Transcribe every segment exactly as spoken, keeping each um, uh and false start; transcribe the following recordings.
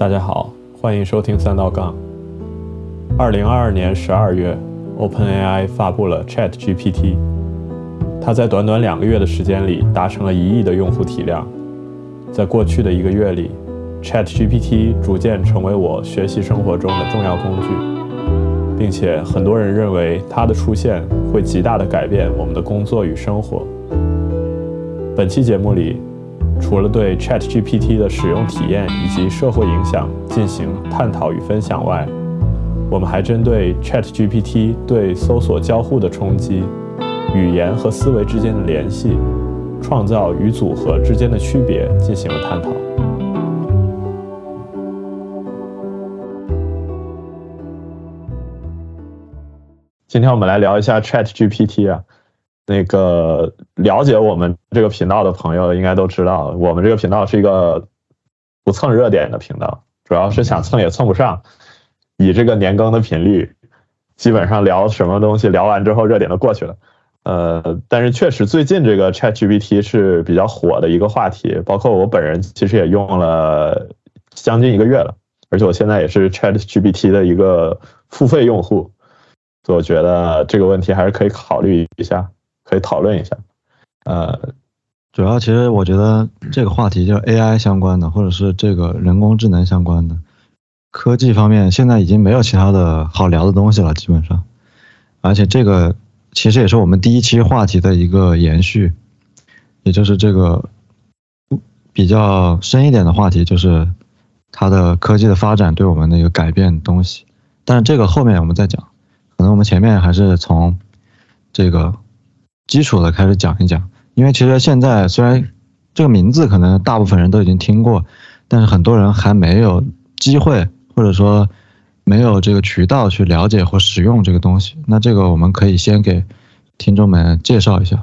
大家好，欢迎收听三道杠。二零二二年十二月 ，OpenAI 发布了 ChatGPT， 它在短短两个月的时间里达成了一亿的用户体量。在过去的一个月里 ，ChatGPT 逐渐成为我学习生活中的重要工具，并且很多人认为它的出现会极大地改变我们的工作与生活。本期节目里，除了对 ChatGPT 的使用体验以及社会影响进行探讨与分享外，我们还针对 ChatGPT 对搜索交互的冲击、语言和思维之间的联系、创造与组合之间的区别进行了探讨。今天我们来聊一下 ChatGPT 啊。那个了解我们这个频道的朋友应该都知道，我们这个频道是一个不蹭热点的频道，主要是想蹭也蹭不上，以这个年更的频率，基本上聊什么东西聊完之后热点都过去了。呃，但是确实最近这个 ChatGPT 是比较火的一个话题，包括我本人其实也用了将近一个月了，而且我现在也是 ChatGPT 的一个付费用户，所以我觉得这个问题还是可以考虑一下。可以讨论一下，呃， 主要其实我觉得这个话题就是 A I 相关的，或者是这个人工智能相关的科技方面，现在已经没有其他的好聊的东西了，基本上。而且这个其实也是我们第一期话题的一个延续，也就是这个比较深一点的话题，就是它的科技的发展对我们的一个改变的东西。但是这个后面我们再讲，可能我们前面还是从这个基础的开始讲一讲，因为其实现在虽然这个名字可能大部分人都已经听过，但是很多人还没有机会或者说没有这个渠道去了解或使用这个东西。那这个我们可以先给听众们介绍一下。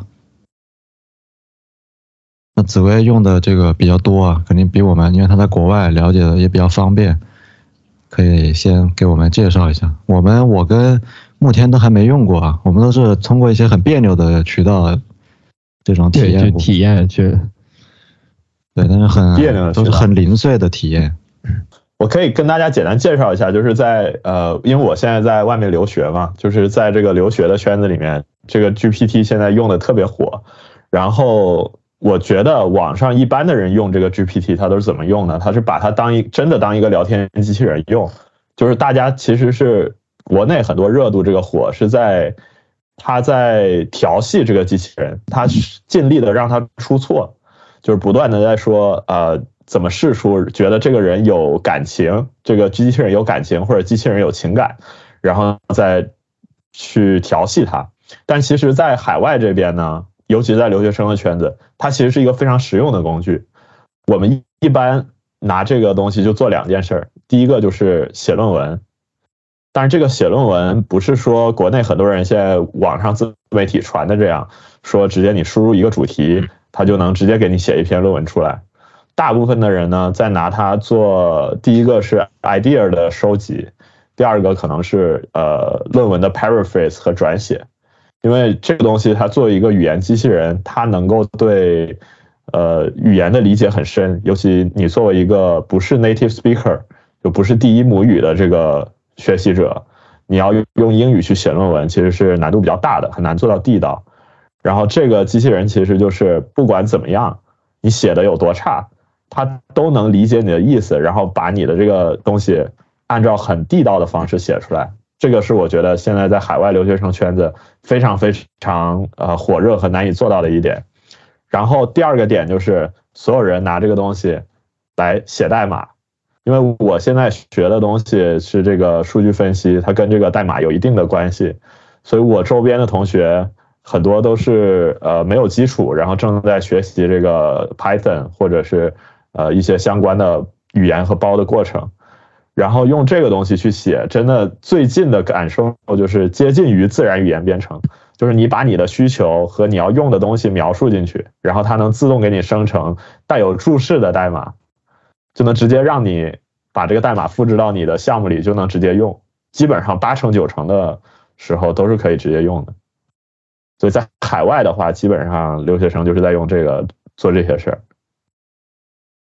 那紫薇用的这个比较多啊，肯定比我们，因为他在国外了解的也比较方便，可以先给我们介绍一下。我们我跟目前都还没用过啊，我们都是通过一些很别扭的渠道这种体验过，体验去， 对，但是很都是很零碎的体验。 我可以跟大家简单介绍一下，就是在呃，因为我现在在外面留学嘛，就是在这个留学的圈子里面，这个 G P T 现在用的特别火。然后我觉得网上一般的人用这个 G P T， 他都是怎么用呢？他是把它当一真的当一个聊天机器人用，就是大家其实是。国内很多热度这个火是在他在调戏这个机器人，他尽力的让他出错，就是不断的在说呃怎么试出觉得这个人有感情，这个机器人有感情或者机器人有情感，然后再去调戏他。但其实在海外这边呢，尤其在留学生的圈子，它其实是一个非常实用的工具。我们一般拿这个东西就做两件事，第一个就是写论文。但是这个写论文不是说国内很多人现在网上自媒体传的这样说，直接你输入一个主题，它就能直接给你写一篇论文出来。大部分的人呢，在拿它做，第一个是 idea 的收集，第二个可能是呃论文的 paraphrase 和转写。因为这个东西它作为一个语言机器人，它能够对呃语言的理解很深，尤其你作为一个不是 native speaker， 就不是第一母语的这个学习者，你要用英语去写论文其实是难度比较大的，很难做到地道。然后这个机器人其实就是不管怎么样你写的有多差，它都能理解你的意思，然后把你的这个东西按照很地道的方式写出来。这个是我觉得现在在海外留学生圈子非常非常呃火热和难以做到的一点。然后第二个点就是所有人拿这个东西来写代码，因为我现在学的东西是这个数据分析，它跟这个代码有一定的关系，所以我周边的同学很多都是呃没有基础，然后正在学习这个 Python 或者是呃一些相关的语言和包的过程，然后用这个东西去写，真的最近的感受就是接近于自然语言编程，就是你把你的需求和你要用的东西描述进去，然后它能自动给你生成带有注释的代码，就能直接让你把这个代码复制到你的项目里，就能直接用，基本上八成九成的时候都是可以直接用的。所以在海外的话，基本上留学生就是在用这个做这些事儿。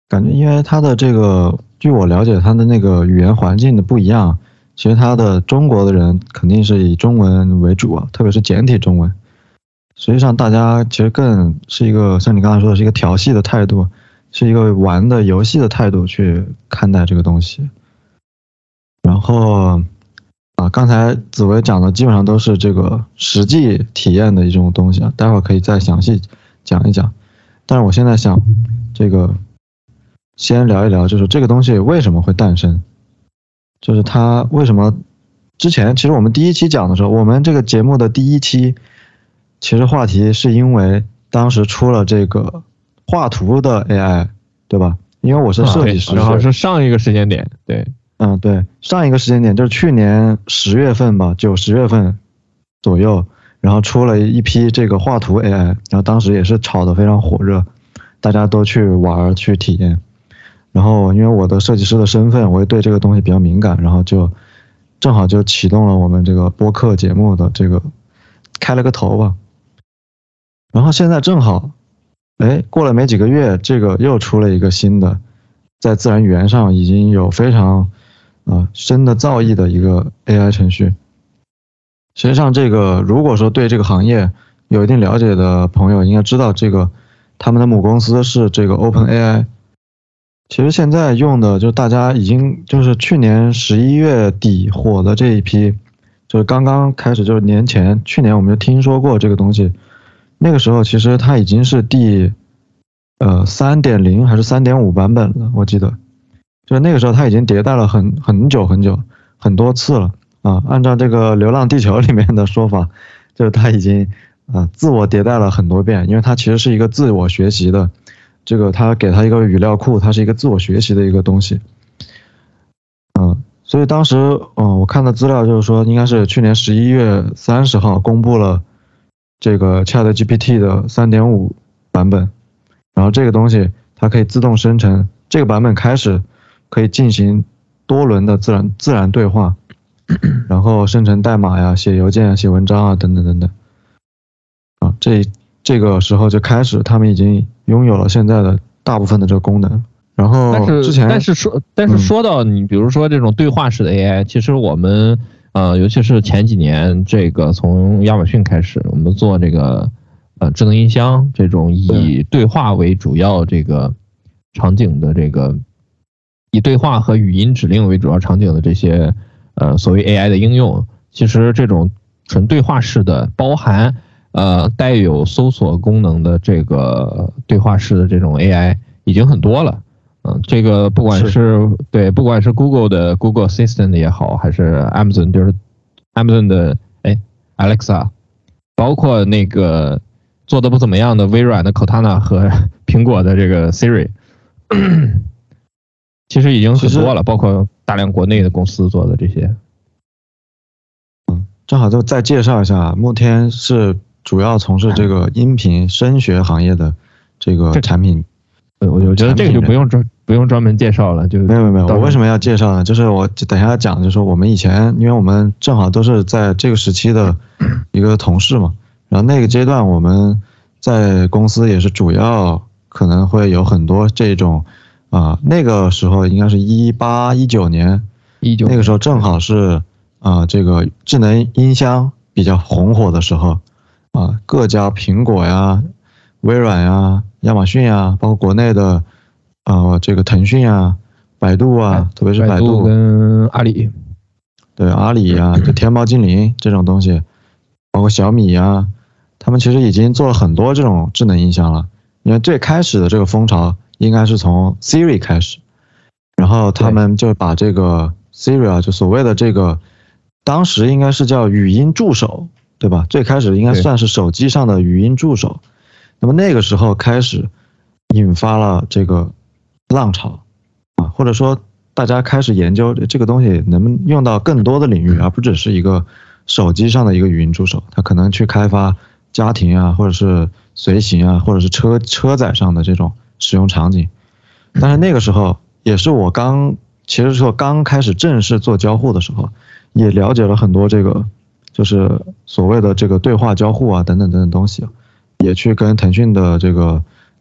感觉因为它的这个，据我了解，它的那个语言环境的不一样，其实它的中国的人肯定是以中文为主啊，特别是简体中文。实际上，大家其实更是一个像你刚才说的，是一个调戏的态度，是一个玩的游戏的态度去看待这个东西。然后啊，刚才紫薇讲的基本上都是这个实际体验的一种东西啊，待会儿可以再详细讲一讲。但是我现在想，这个先聊一聊，就是这个东西为什么会诞生，就是它为什么之前其实我们第一期讲的时候，我们这个节目的第一期。其实话题是因为当时出了这个画图的 A I， 对吧？因为我是设计师， 然后是上一个时间点，对， 嗯，对，上一个时间点就是去年十月份吧，九十月份左右，然后出了一批这个画图 A I， 然后当时也是炒得非常火热，大家都去玩去体验。然后因为我的设计师的身份，我也对这个东西比较敏感，然后就正好就启动了我们这个播客节目的这个开了个头吧。然后现在正好，哎，过了没几个月，这个又出了一个新的，在自然语言上已经有非常啊、呃、深的造诣的一个 A I 程序。实际上，这个如果说对这个行业有一定了解的朋友，应该知道这个他们的母公司是这个 OpenAI。其实现在用的就大家已经就是去年十一月底火的这一批，就是刚刚开始，就是年前去年我们就听说过这个东西。那个时候其实它已经是第呃 三点零 还是 三点五 版本了，我记得就是那个时候它已经迭代了很很久很久很多次了啊。按照这个《流浪地球》里面的说法，就是它已经啊自我迭代了很多遍，因为它其实是一个自我学习的，这个它给它一个语料库，它是一个自我学习的一个东西。嗯，所以当时嗯我看的资料就是说，应该是去年十一月三十号公布了这个 ChatGPT 的 三点五 版本，然后这个东西它可以自动生成，这个版本开始可以进行多轮的自然自然对话，然后生成代码呀、写邮件、写文章啊等等等等。啊，这这个时候就开始，他们已经拥有了现在的大部分的这个功能。然后之前， 但是但是说但是说到你比如说这种对话式的 A I，、嗯、其实我们。呃，尤其是前几年，这个从亚马逊开始，我们做这个呃智能音箱这种以对话为主要这个场景的这个以对话和语音指令为主要场景的这些呃所谓 A I 的应用，其实这种纯对话式的，包含呃带有搜索功能的这个对话式的这种 A I 已经很多了。嗯，这个不管是, 是对，不管是 Google 的 Google Assistant 也好，还是 Amazon 就是 Amazon 的哎 Alexa， 包括那个做的不怎么样的微软的 Cortana 和苹果的这个 Siri， 其实已经很多了，包括大量国内的公司做的这些。 嗯，正好就再介绍一下，慕天是主要从事这个音频声学行业的这个产品。 我我觉得这个就不用专不用专门介绍了，就没有没有。我为什么要介绍呢？就是我等一下讲，就是我们以前，因为我们正好都是在这个时期的一个同事嘛，然后那个阶段我们在公司也是主要可能会有很多这种啊、呃，那个时候应该是一八一九年， 一九那个时候正好是啊、呃、这个智能音箱比较红火的时候啊、呃，各家苹果呀、微软呀、亚马逊啊，包括国内的呃这个腾讯啊、百度啊，特别是百度, 百度跟阿里， 对阿里啊，就天猫精灵这种东西，包括小米啊，他们其实已经做了很多这种智能音箱了。因为最开始的这个风潮应该是从 Siri 开始，然后他们就把这个 Siri 啊，就所谓的这个当时应该是叫语音助手，对吧？最开始应该算是手机上的语音助手。那么那个时候开始引发了这个浪潮啊，或者说大家开始研究这个东西能不能用到更多的领域，而不只是一个手机上的一个语音助手，它可能去开发家庭啊，或者是随行啊，或者是车车载上的这种使用场景。但是那个时候也是我刚其实说刚开始正式做交互的时候，也了解了很多这个就是所谓的这个对话交互啊等等等等东西，也去跟腾讯的这个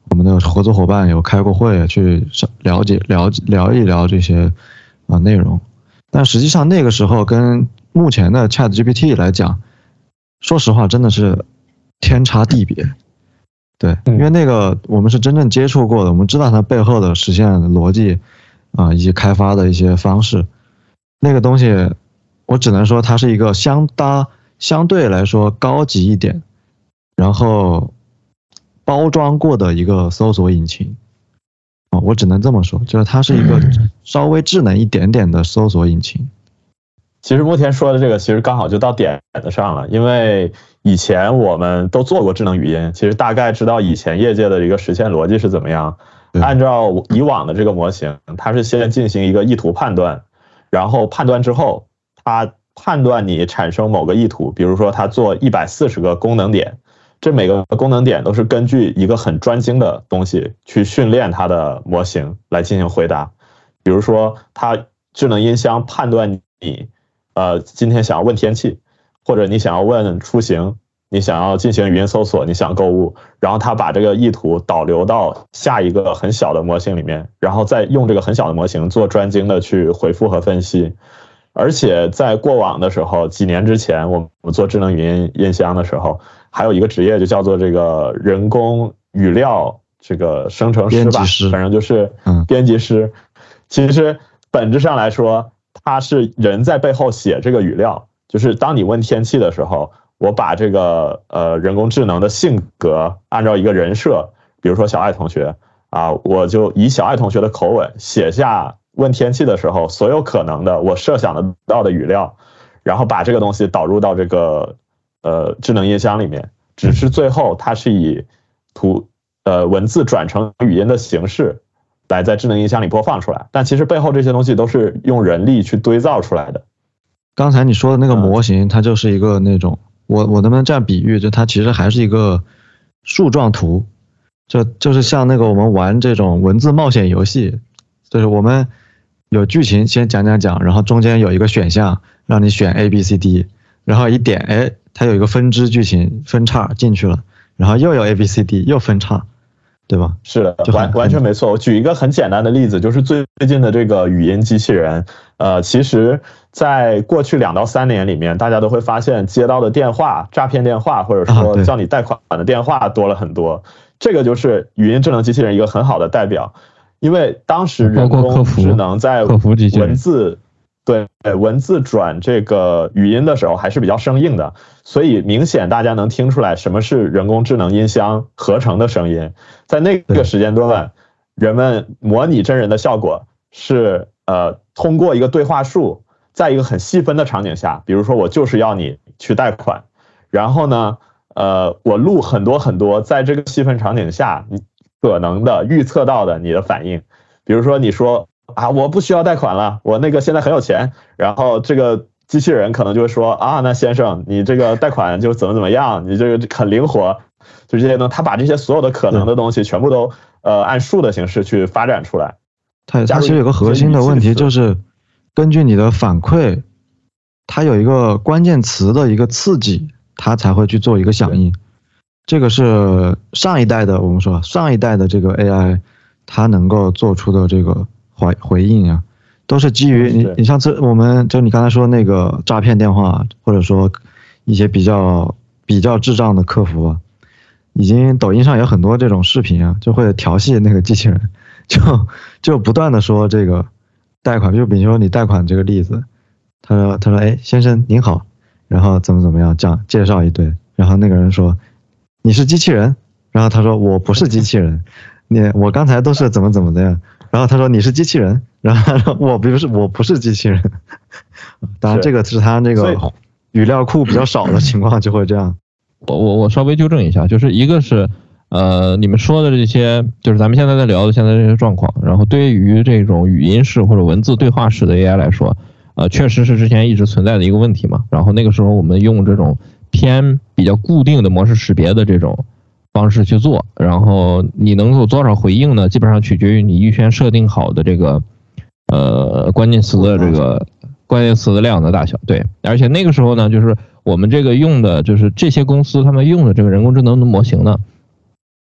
我们的合作伙伴有开过会去了解了解聊一聊这些啊内容，但实际上那个时候跟目前的 ChatGPT 来讲，说实话真的是天差地别。对，因为那个我们是真正接触过的，我们知道它背后的实现逻辑啊，以及开发的一些方式。那个东西，我只能说它是一个相搭相对来说高级一点，然后包装过的一个搜索引擎。啊，我只能这么说，就是它是一个稍微智能一点点的搜索引擎。 其实目前说的这个其实刚好就到点子上了，因为以前我们都做过智能语音，其实大概知道以前业界的一个实现逻辑是怎么样。按照以往的这个模型，它是先进行一个意图判断，然后判断之后，它判断你产生某个意图，比如说它做一百四十个功能点，这每个功能点都是根据一个很专精的东西去训练它的模型来进行回答。比如说它智能音箱判断你呃，今天想要问天气，或者你想要问出行，你想要进行语音搜索，你想购物，然后他把这个意图导流到下一个很小的模型里面，然后再用这个很小的模型做专精的去回复和分析。而且在过往的时候，几年之前我们做智能语音音箱的时候，还有一个职业就叫做这个人工语料这个生成师吧，反正就是编辑师。其实本质上来说，它是人在背后写这个语料，就是当你问天气的时候，我把这个呃人工智能的性格按照一个人设，比如说小爱同学啊，我就以小爱同学的口吻写下问天气的时候所有可能的我设想得到的语料，然后把这个东西导入到这个呃智能音箱里面，只是最后它是以图呃文字转成语音的形式来在智能音箱里播放出来，但其实背后这些东西都是用人力去堆造出来的。 刚才你说的那个模型，它就是一个那种，我我能不能这样比喻，就它其实还是一个树状图，就就是像那个我们玩这种文字冒险游戏，就是我们有剧情先讲讲讲，然后中间有一个选项让你选 A B C D， 然后一点，哎，它有一个分支剧情分叉进去了，然后又有 A B C D 又分叉。对吧？ 是的，完完全没错。我举一个很简单的例子，就是最最近的这个语音机器人，呃，其实在过去两到三年里面，大家都会发现接到的电话、诈骗电话，或者说叫你贷款的电话多了很多。这个就是语音智能机器人一个很好的代表，因为当时人工智能在文字。对，文字转这个语音的时候还是比较生硬的，所以明显大家能听出来什么是人工智能音箱合成的声音。在那个时间段，人们模拟真人的效果是呃通过一个对话术，在一个很细分的场景下，比如说我就是要你去贷款，然后呢，呃，我录很多很多在这个细分场景下你可能的预测到的你的反应，比如说你说。啊，我不需要贷款了，我那个现在很有钱，然后这个机器人可能就会说啊，那先生你这个贷款就怎么怎么样，你这个很灵活，就这些呢，他把这些所有的可能的东西全部都呃按数的形式去发展出来。 它它其实有个核心的问题，就是根据你的反馈，它有一个关键词的一个刺激，它才会去做一个响应。这个是上一代的，我们说上一代的这个 A I， 它能够做出的这个。回回应啊，都是基于你你上次我们就你刚才说那个诈骗电话，或者说一些比较比较智障的客服啊，已经抖音上有很多这种视频啊，就会调戏那个机器人，就就不断的说这个贷款，就比如说你贷款这个例子，他说他说哎先生您好，然后怎么怎么样讲介绍一堆，然后那个人说你是机器人，然后他说我不是机器人，你我刚才都是怎么怎么的呀。然后他说你是机器人，然后他说我不是我不是机器人，当然这个是他那个语料库比较少的情况就会这样。 我我我稍微纠正一下，就是一个是呃你们说的这些，就是咱们现在在聊的现在这些状况，然后对于这种语音式或者文字对话式的 A I 来说，呃确实是之前一直存在的一个问题嘛。然后那个时候我们用这种偏比较固定的模式识别的这种方式去做，然后你能有多少回应呢？基本上取决于你预先设定好的这个呃关键词的这个关键词的量的大小。对，而且那个时候呢，就是我们这个用的就是这些公司他们用的这个人工智能的模型呢，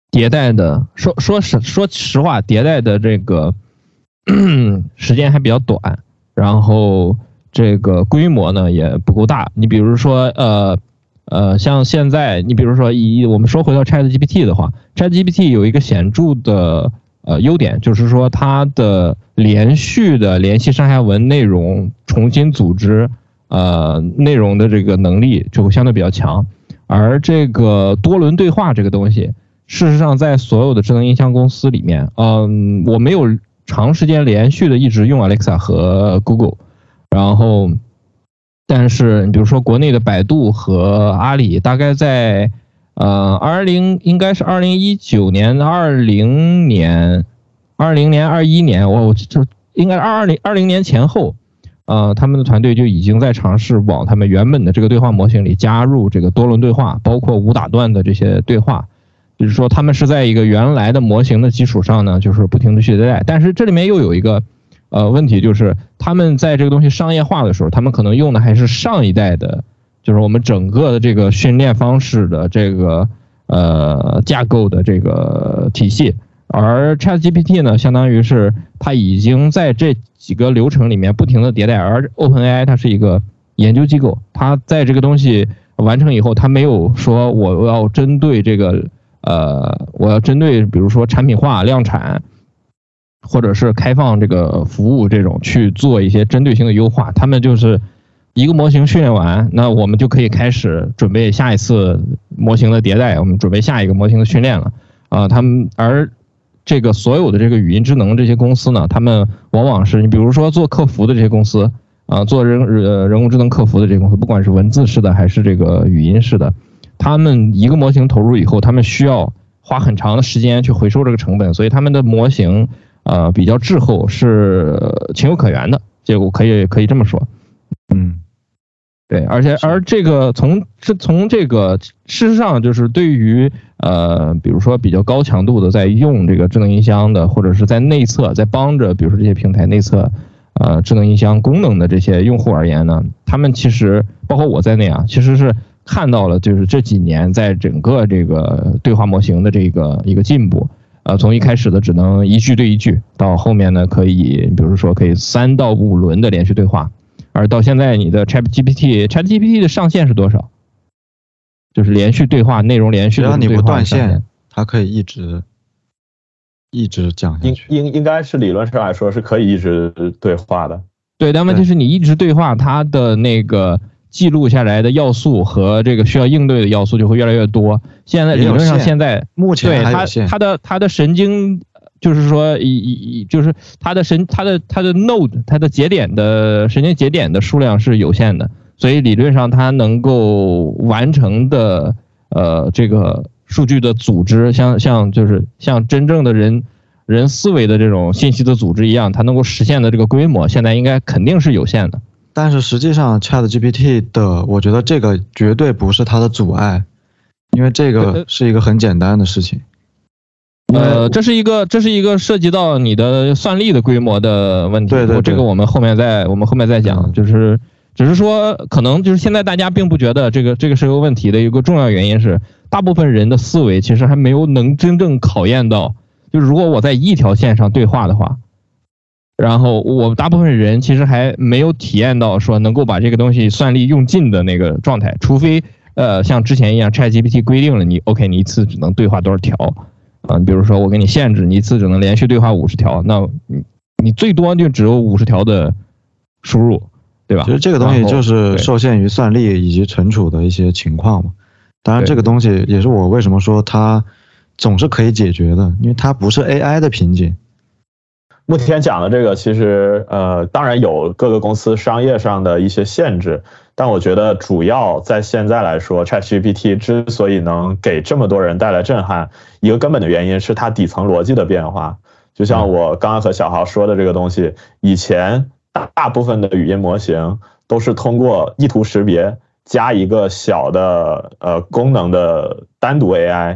迭代的，说说实说实话，迭代的这个时间还比较短，然后这个规模呢也不够大。你比如说，呃呃，像现在，你比如说以我们说回到 ChatGPT 的话 ，ChatGPT 有一个显著的呃优点，就是说它的连续的联系上下文内容重新组织呃内容的这个能力就会相对比较强，而这个多轮对话这个东西。事实上，在所有的智能音箱公司里面，嗯，我没有长时间连续的一直用 Alexa 和 Google， 然后，但是你比如说国内的百度和阿里，大概在呃二零应该是二零一九年、二零年、二零年、二一年，我我就应该二二零二零年前后，呃，他们的团队就已经在尝试往他们原本的这个对话模型里加入这个多轮对话，包括无打断的这些对话。就是说，他们是在一个原来的模型的基础上呢，就是不停的去迭代。但是这里面又有一个呃问题，就是他们在这个东西商业化的时候，他们可能用的还是上一代的，就是我们整个的这个训练方式的这个呃架构的这个体系。而 ChatGPT 呢，相当于是它已经在这几个流程里面不停的迭代，而 OpenAI 它是一个研究机构，它在这个东西完成以后，它没有说我要针对这个。呃，我要针对比如说产品化、量产，或者是开放这个服务这种去做一些针对性的优化。他们就是一个模型训练完，那我们就可以开始准备下一次模型的迭代，我们准备下一个模型的训练了。啊、呃，他们而这个所有的这个语音智能这些公司呢，他们往往是你比如说做客服的这些公司，啊、呃，做人呃人工智能客服的这些公司，不管是文字式的还是这个语音式的。他们一个模型投入以后，他们需要花很长的时间去回收这个成本，所以他们的模型呃比较滞后是情有可原的，这个我可以可以这么说。 嗯， 对，而且而这个从这从这个事实上就是对于呃比如说比较高强度的在用这个智能音箱的，或者是在内测在帮着比如说这些平台内测呃智能音箱功能的这些用户而言呢，他们其实包括我在内啊，其实是。看到了，就是这几年在整个这个对话模型的这个一个进步，呃，从一开始的只能一句对一句，到后面呢可以，比如说可以三到五轮的连续对话，而到现在你的 ChatGPT，ChatGPT 的上限是多少？就是连续对话内容连续的对话， 只要你不断线，它可以一直一直讲下去。 应应应该是理论上来说是可以一直对话的。 对，但问题是你一直对话，它的那个。记录下来的要素和这个需要应对的要素就会越来越多。现在理论上，现在目前对它它的它的神经，就是说以以就是它的神它的它的 node 它的节点的神经节点的数量是有限的，所以理论上它能够完成的呃这个数据的组织，像像就是像真正的人人思维的这种信息的组织一样，它能够实现的这个规模，现在应该肯定是有限的。 但是实际上 ChatGPT 的，我觉得这个绝对不是它的阻碍，因为这个是一个很简单的事情。 呃，这是一个这是一个涉及到你的算力的规模的问题。 对对对， 这个我们后面再我们后面再讲，嗯、就是只是说可能就是现在大家并不觉得这个这个是个问题的一个重要原因是，大部分人的思维其实还没有能真正考验到，就是如果我在一条线上对话的话。然后我大部分人其实还没有体验到说能够把这个东西算力用尽的那个状态，除非呃像之前一样 ChatGPT 规定了你 OK 你一次只能对话多少条啊、呃，比如说我给你限制你一次只能连续对话五十条，那你你最多就只有五十条的输入，对吧？ 其实这个东西就是受限于算力以及存储的一些情况嘛。当然这个东西也是我为什么说它总是可以解决的，因为它不是 A I 的瓶颈。 目前讲的这个其实呃当然有各个公司商业上的一些限制，但我觉得主要在现在来说 ChatGPT 之所以能给这么多人带来震撼，一个根本的原因是它底层逻辑的变化。就像我刚刚和小豪说的这个东西，以前大部分的语音模型都是通过意图识别加一个小的呃功能的单独 A I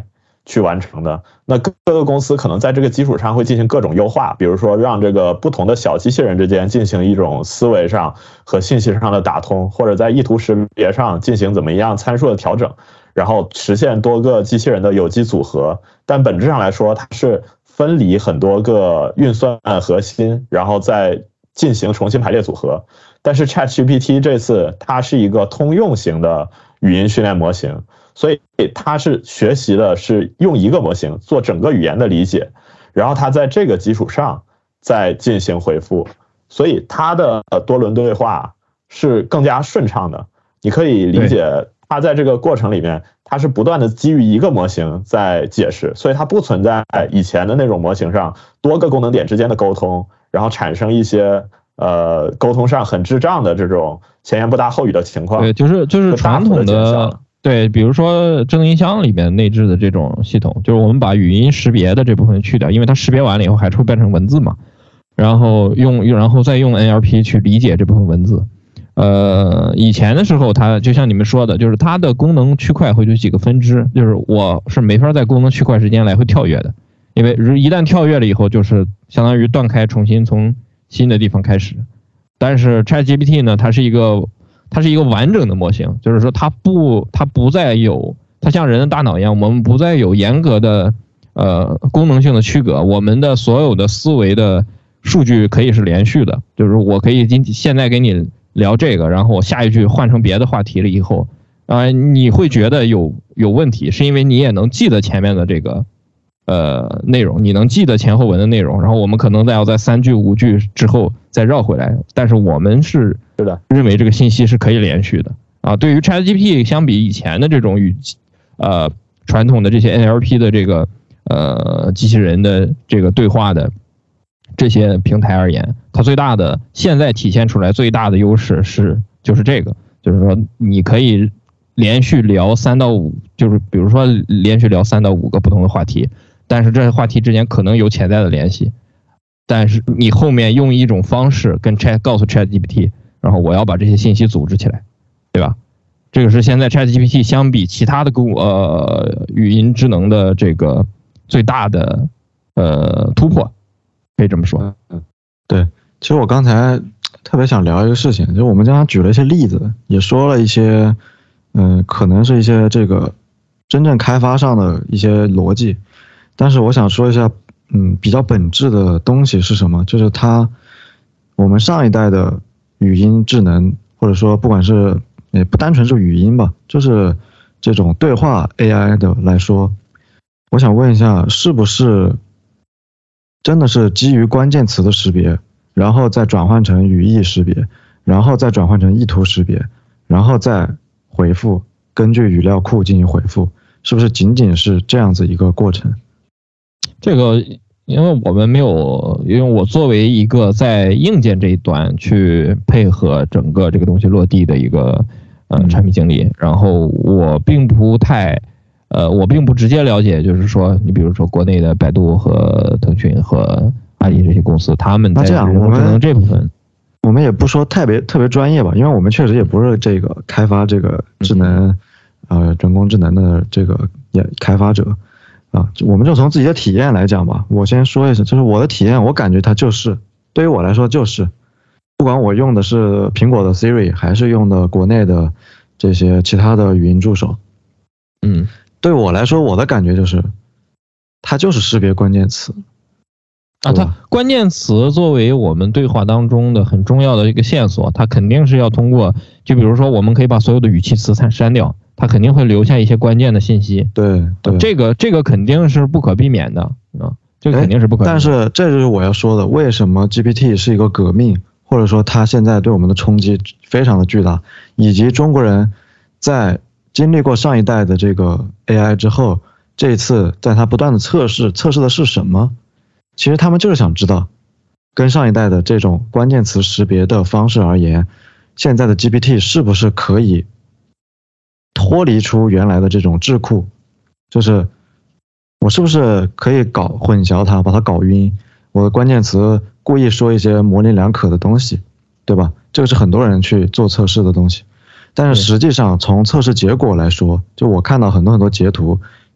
去完成的。那各个公司可能在这个基础上会进行各种优化，比如说让这个不同的小机器人之间进行一种思维上和信息上的打通，或者在意图识别上进行怎么样参数的调整，然后实现多个机器人的有机组合。但本质上来说，它是分离很多个运算核心，然后再进行重新排列组合。但是 ChatGPT 这次它是一个通用型的语音训练模型，所以它是学习的是用一个模型做整个语言的理解，然后它在这个基础上再进行回复，所以它的多轮对话是更加顺畅的。你可以理解它在这个过程里面，它是不断的基于一个模型在解释，所以它不存在以前的那种模型上多个功能点之间的沟通，然后产生一些呃沟通上很智障的这种前言不搭后语的情况。 对，就是就是传统的。对，比如说智能音箱里面内置的这种系统，就是我们把语音识别的这部分去掉，因为它识别完了以后还是会变成文字嘛，然后用然后再用 N L P 去理解这部分文字。呃，以前的时候它就像你们说的，就是它的功能区块会有几个分支，就是我是没法在功能区块之间来回跳跃的，因为一旦跳跃了以后，就是相当于断开，重新从新的地方开始。但是 ChatGPT 呢，它是一个它是一个完整的模型，就是说它不它不再有，它像人的大脑一样，我们不再有严格的呃功能性的区隔，我们的所有的思维的数据可以是连续的，就是我可以今现在给你聊这个，然后我下一句换成别的话题了以后，呃，你会觉得有有问题，是因为你也能记得前面的这个呃内容，你能记得前后文的内容，然后我们可能再要在三句五句之后再绕回来，但是我们是是的认为这个信息是可以连续的啊。对于 ChatGPT 相比以前的这种语呃传统的这些 N L P 的这个呃机器人的这个对话的这些平台而言，它最大的现在体现出来最大的优势是就是这个，就是说你可以连续聊三到五，就是比如说连续聊三到五个不同的话题，但是这些话题之间可能有潜在的联系，但是你后面用一种方式跟 Chat 告诉 ChatGPT， 然后我要把这些信息组织起来，对吧？这个是现在 ChatGPT 相比其他的公呃语音智能的这个最大的呃突破，可以这么说。 嗯，对。其实我刚才特别想聊一个事情，就是我们刚刚举了一些例子，也说了一些，嗯、呃，可能是一些这个真正开发上的一些逻辑，但是我想说一下，嗯，比较本质的东西是什么？就是它，我们上一代的语音智能，或者说不管是也不单纯是语音吧，就是这种对话 A I 的来说，我想问一下，是不是真的是基于关键词的识别，然后再转换成语义识别，然后再转换成意图识别，然后再回复，根据语料库进行回复，是不是仅仅是这样子一个过程？ 这个因为我们没有，因为我作为一个在硬件这一端去配合整个这个东西落地的一个呃产品经理，然后我并不太呃我并不直接了解，就是说你比如说国内的百度和腾讯和阿里这些公司，他们在人工智能这部分， 我们也不说特别特别专业吧，因为我们确实也不是这个开发这个智能、嗯、呃人工智能的这个也开发者。啊，我们就从自己的体验来讲吧。我先说一下，就是我的体验，我感觉它就是，对于我来说就是，不管我用的是苹果的 Siri， 还是用的国内的这些其他的语音助手， 嗯， 对我来说，我的感觉就是，它就是识别关键词。 啊，它关键词作为我们对话当中的很重要的一个线索，它肯定是要通过，就比如说我们可以把所有的语气词删掉。它肯定会留下一些关键的信息， 对对， 这个这个肯定是不可避免的啊，这个肯定是不可避免的。 但是这就是我要说的，为什么 G P T 是一个革命，或者说它现在对我们的冲击非常的巨大，以及中国人在经历过上一代的这个 A I 之后，这一次在它不断的测试，测试的是什么？其实他们就是想知道，跟上一代的这种关键词识别的方式而言，现在的 G P T 是不是可以脱离出原来的这种智库，就是我是不是可以搞混淆它，把它搞晕，我的关键词故意说一些模棱两可的东西，对吧？这个是很多人去做测试的东西，但是实际上从测试结果来说，就我看到很多很多截图，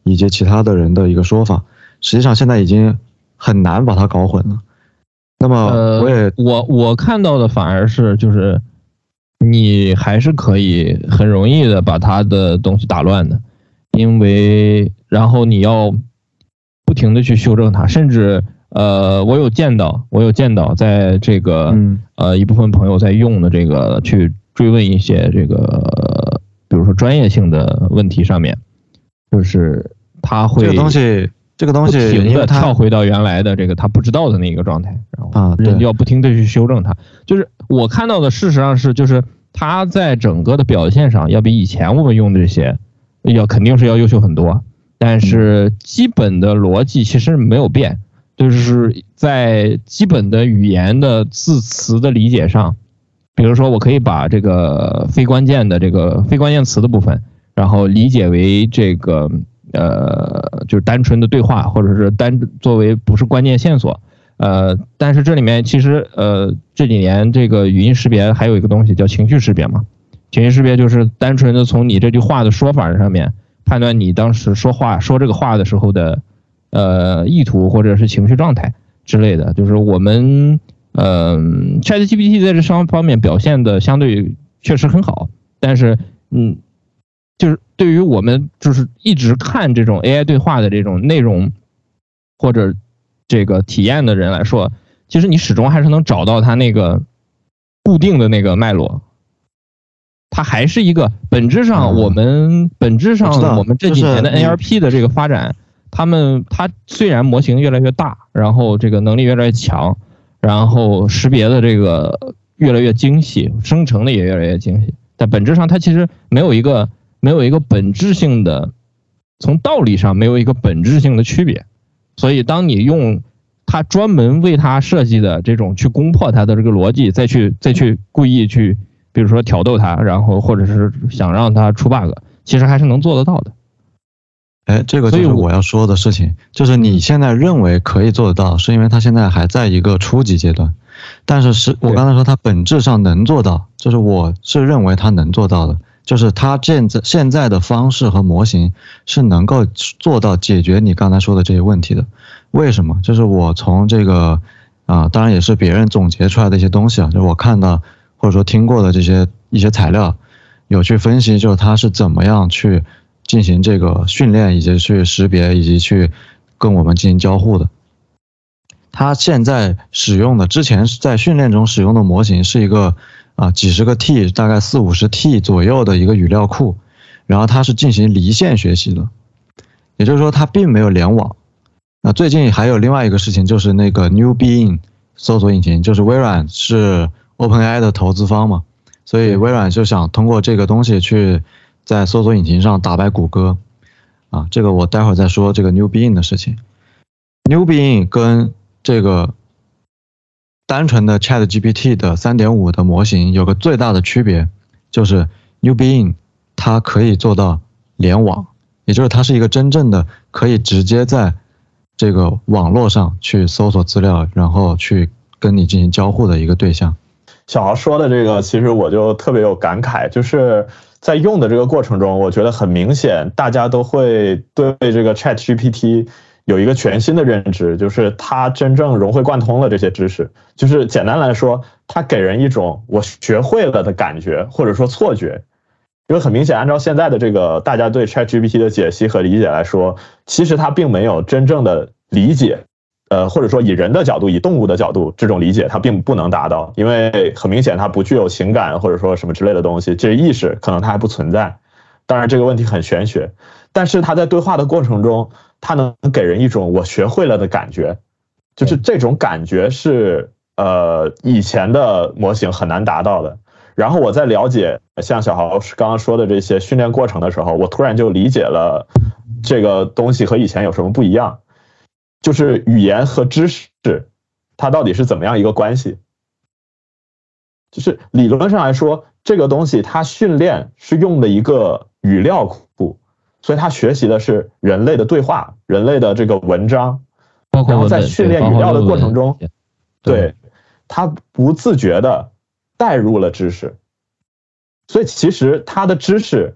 以及其他的人的一个说法，实际上现在已经很难把它搞混了。那么我也、 呃、我我看到的反而是就是你还是可以很容易的把它的东西打乱的，因为然后你要不停的去修正它，甚至呃我有见到我有见到在这个、嗯、呃一部分朋友在用的这个去追问一些这个比如说专业性的问题上面，就是他会这个东西这个东西不停的跳回到原来的这个他不知道的那个状态，然后人就要不停的去修正它。就是我看到的事实上是，就是他在整个的表现上要比以前我们用的这些要肯定是要优秀很多，但是基本的逻辑其实没有变，就是在基本的语言的字词的理解上，比如说我可以把这个非关键的这个非关键词的部分，然后理解为这个呃，就是单纯的对话，或者是单作为不是关键线索，呃，但是这里面其实呃这几年这个语音识别还有一个东西叫情绪识别嘛，情绪识别就是单纯的从你这句话的说法上面判断你当时说话说这个话的时候的呃意图或者是情绪状态之类的，就是我们呃 ChatGPT 在这双方面表现的相对确实很好，但是嗯。就是对于我们就是一直看这种 A I 对话的这种内容或者这个体验的人来说，其实你始终还是能找到它那个固定的那个脉络。它还是一个本质上我们、嗯、本质上我们这几年的 N L P 的这个发展，他们它虽然模型越来越大，然后这个能力越来越强，然后识别的这个越来越精细，生成的也越来越精细，但本质上它其实没有一个没有一个本质性的，从道理上没有一个本质性的区别，所以当你用它专门为它设计的这种去攻破它的这个逻辑，再去再去故意去，比如说挑逗它，然后或者是想让它出 bug， 其实还是能做得到的。 哎，这个就是我要说的事情，就是你现在认为可以做得到，是因为它现在还在一个初级阶段，但是是我刚才说它本质上能做到，就是我是认为它能做到的。就是它现在现在的方式和模型是能够做到解决你刚才说的这些问题的。为什么？就是我从这个啊、呃，当然也是别人总结出来的一些东西啊，就是我看到或者说听过的这些一些材料，有去分析，就是它是怎么样去进行这个训练，以及去识别，以及去跟我们进行交互的。它现在使用的之前在训练中使用的模型是一个。啊，几十个 T， 大概四五十 T 左右的一个语料库，然后它是进行离线学习的，也就是说它并没有联网。那最近还有另外一个事情，就是那个 New Bing 搜索引擎，就是微软是 OpenAI 的投资方嘛，所以微软就想通过这个东西去在搜索引擎上打败谷歌。啊，这个我待会儿再说这个 New Bing 的事情。New Bing 跟这个单纯的 ChatGPT 的 三点五 的模型有个最大的区别，就是 New Bing 它可以做到联网，也就是它是一个真正的可以直接在这个网络上去搜索资料，然后去跟你进行交互的一个对象。 小豪说的这个其实我就特别有感慨，就是在用的这个过程中，我觉得很明显大家都会对这个 ChatGPT有一个全新的认知，就是它真正融会贯通了这些知识，就是简单来说，它给人一种我学会了的感觉，或者说错觉。因为很明显，按照现在的这个大家对 ChatGPT 的解析和理解来说，其实它并没有真正的理解，呃，或者说以人的角度、以动物的角度，这种理解它并不能达到，因为很明显它不具有情感或者说什么之类的东西，这意识可能它还不存在。当然这个问题很玄学，但是它在对话的过程中，它能给人一种我学会了的感觉，就是这种感觉是呃以前的模型很难达到的。然后我在了解像小豪刚刚说的这些训练过程的时候，我突然就理解了这个东西和以前有什么不一样，就是语言和知识它到底是怎么样一个关系。就是理论上来说，这个东西它训练是用的一个语料库，所以它学习的是人类的对话，人类的这个文章，然后在训练语料的过程中，对，它不自觉的带入了知识，所以其实它的知识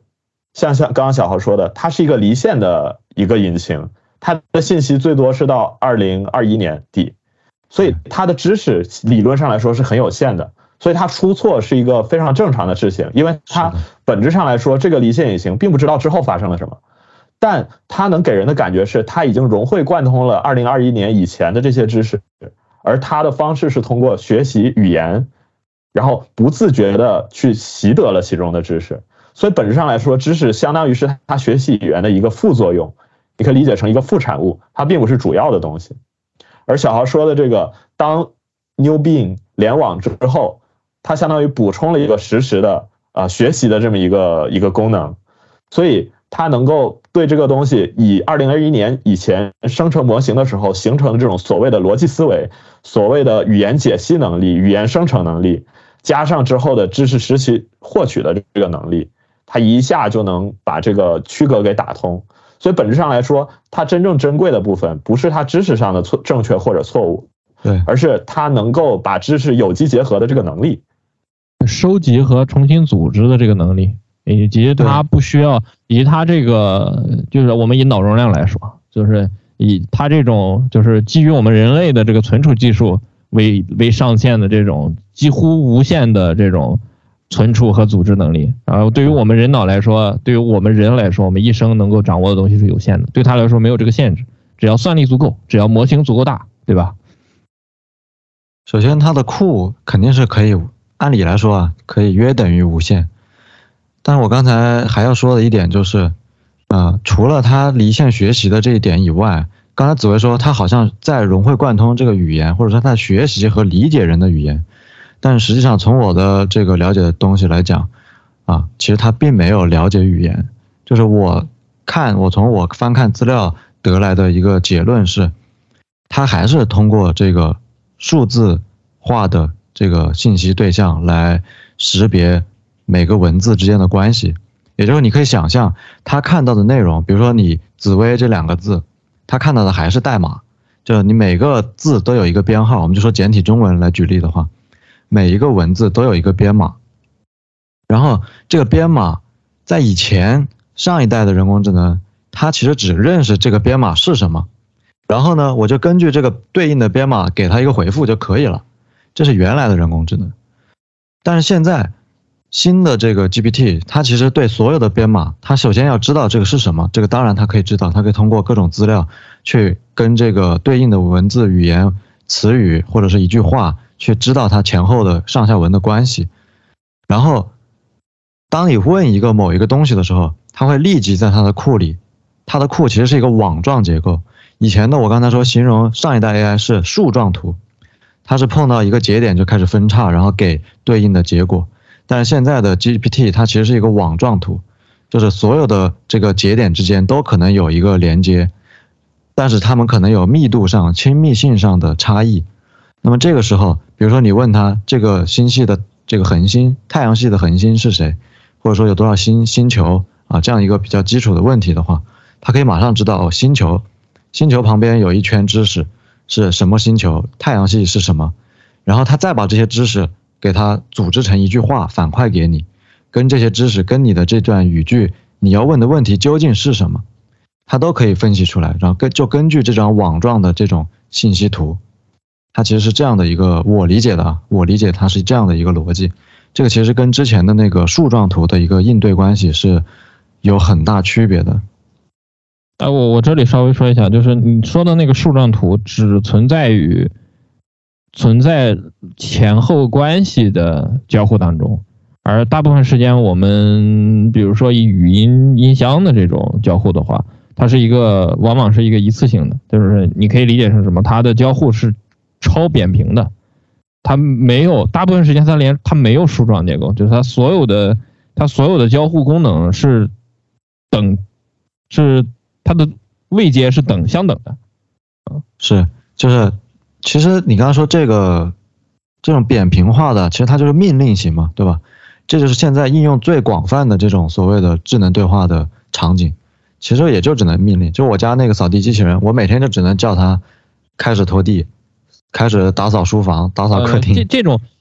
像像刚刚小豪说的，它是一个离线的一个引擎，它的信息最多是到二零二一年底，所以它的知识理论上来说是很有限的，所以它出错是一个非常正常的事情，因为它本质上来说，这个离线引擎并不知道之后发生了什么，但它能给人的感觉是它已经融会贯通了二零二一年以前的这些知识，而它的方式是通过学习语言，然后不自觉的去习得了其中的知识。所以本质上来说，知识相当于是它学习语言的一个副作用，你可以理解成一个副产物，它并不是主要的东西。而小豪说的这个，当 New Bing 联网之后，它相当于补充了一个实时的呃学习的这么一个一个功能，所以它能够对这个东西以二零二一年以前生成模型的时候形成的这种所谓的逻辑思维，所谓的语言解析能力、语言生成能力，加上之后的知识实习获取的这个能力，它一下就能把这个区隔给打通。所以本质上来说，它真正珍贵的部分不是它知识上的错正确或者错误， 对， 而是它能够把知识有机结合的这个能力， 收集和重新组织的这个能力，以及它不需要，以及它这个就是我们以脑容量来说，就是以它这种就是基于我们人类的这个存储技术为为上限的这种几乎无限的这种存储和组织能力。然后对于我们人脑来说，对于我们人来说，我们一生能够掌握的东西是有限的，对他来说没有这个限制，只要算力足够，只要模型足够大，对吧？ 首先它的库肯定是可以，按理来说啊，可以约等于无限。但是我刚才还要说的一点就是，呃，除了它离线学习的这一点以外，刚才紫薇说它好像在融会贯通这个语言，或者说它学习和理解人的语言。但实际上从我的这个了解的东西来讲，啊，其实它并没有了解语言。就是我看，我从我翻看资料得来的一个结论是，它还是通过这个数字化的这个信息对象来识别每个文字之间的关系。也就是你可以想象，他看到的内容，比如说你紫薇这两个字，他看到的还是代码，就你每个字都有一个编号，我们就说简体中文来举例的话，每一个文字都有一个编码，然后这个编码在以前上一代的人工智能，它其实只认识这个编码是什么，然后呢，我就根据这个对应的编码给它一个回复就可以了，这是原来的人工智能。但是现在新的这个 G P T， 它其实对所有的编码，它首先要知道这个是什么，这个当然它可以知道，它可以通过各种资料去跟这个对应的文字、语言、词语或者是一句话去知道它前后的上下文的关系。然后当你问一个某一个东西的时候，它会立即在它的库里，它的库其实是一个网状结构。以前的我刚才说形容上一代 A I 是树状图，它是碰到一个节点就开始分叉，然后给对应的结果。但是现在的 G P T 它其实是一个网状图，就是所有的这个节点之间都可能有一个连接，但是它们可能有密度上、亲密性上的差异。那么这个时候，比如说你问它这个星系的这个恒星，太阳系的恒星是谁，或者说有多少星星球啊，这样一个比较基础的问题的话，它可以马上知道哦，星球，星球旁边有一圈知识是什么星球，太阳系是什么，然后它再把这些知识给它组织成一句话反馈给你，跟这些知识跟你的这段语句你要问的问题究竟是什么，它都可以分析出来，然后根就根据这张网状的这种信息图，它其实是这样的一个，我理解的啊，我理解它是这样的一个逻辑。这个其实跟之前的那个树状图的一个应对关系是有很大区别的。 哎，我我这里稍微说一下，就是你说的那个树状图只存在于存在前后关系的交互当中，而大部分时间我们比如说以语音音箱的这种交互的话，它是一个往往是一个一次性的，就是你可以理解成什么，它的交互是超扁平的，它没有大部分时间它连它没有树状结构，就是它所有的它所有的交互功能是等是它的位阶是等相等的。 是就是其实你刚刚说这个这种扁平化的，其实它就是命令型嘛，对吧？这就是现在应用最广泛的这种所谓的智能对话的场景，其实也就只能命令。就我家那个扫地机器人，我每天就只能叫它开始拖地，开始打扫书房，打扫客厅。 呃、这这种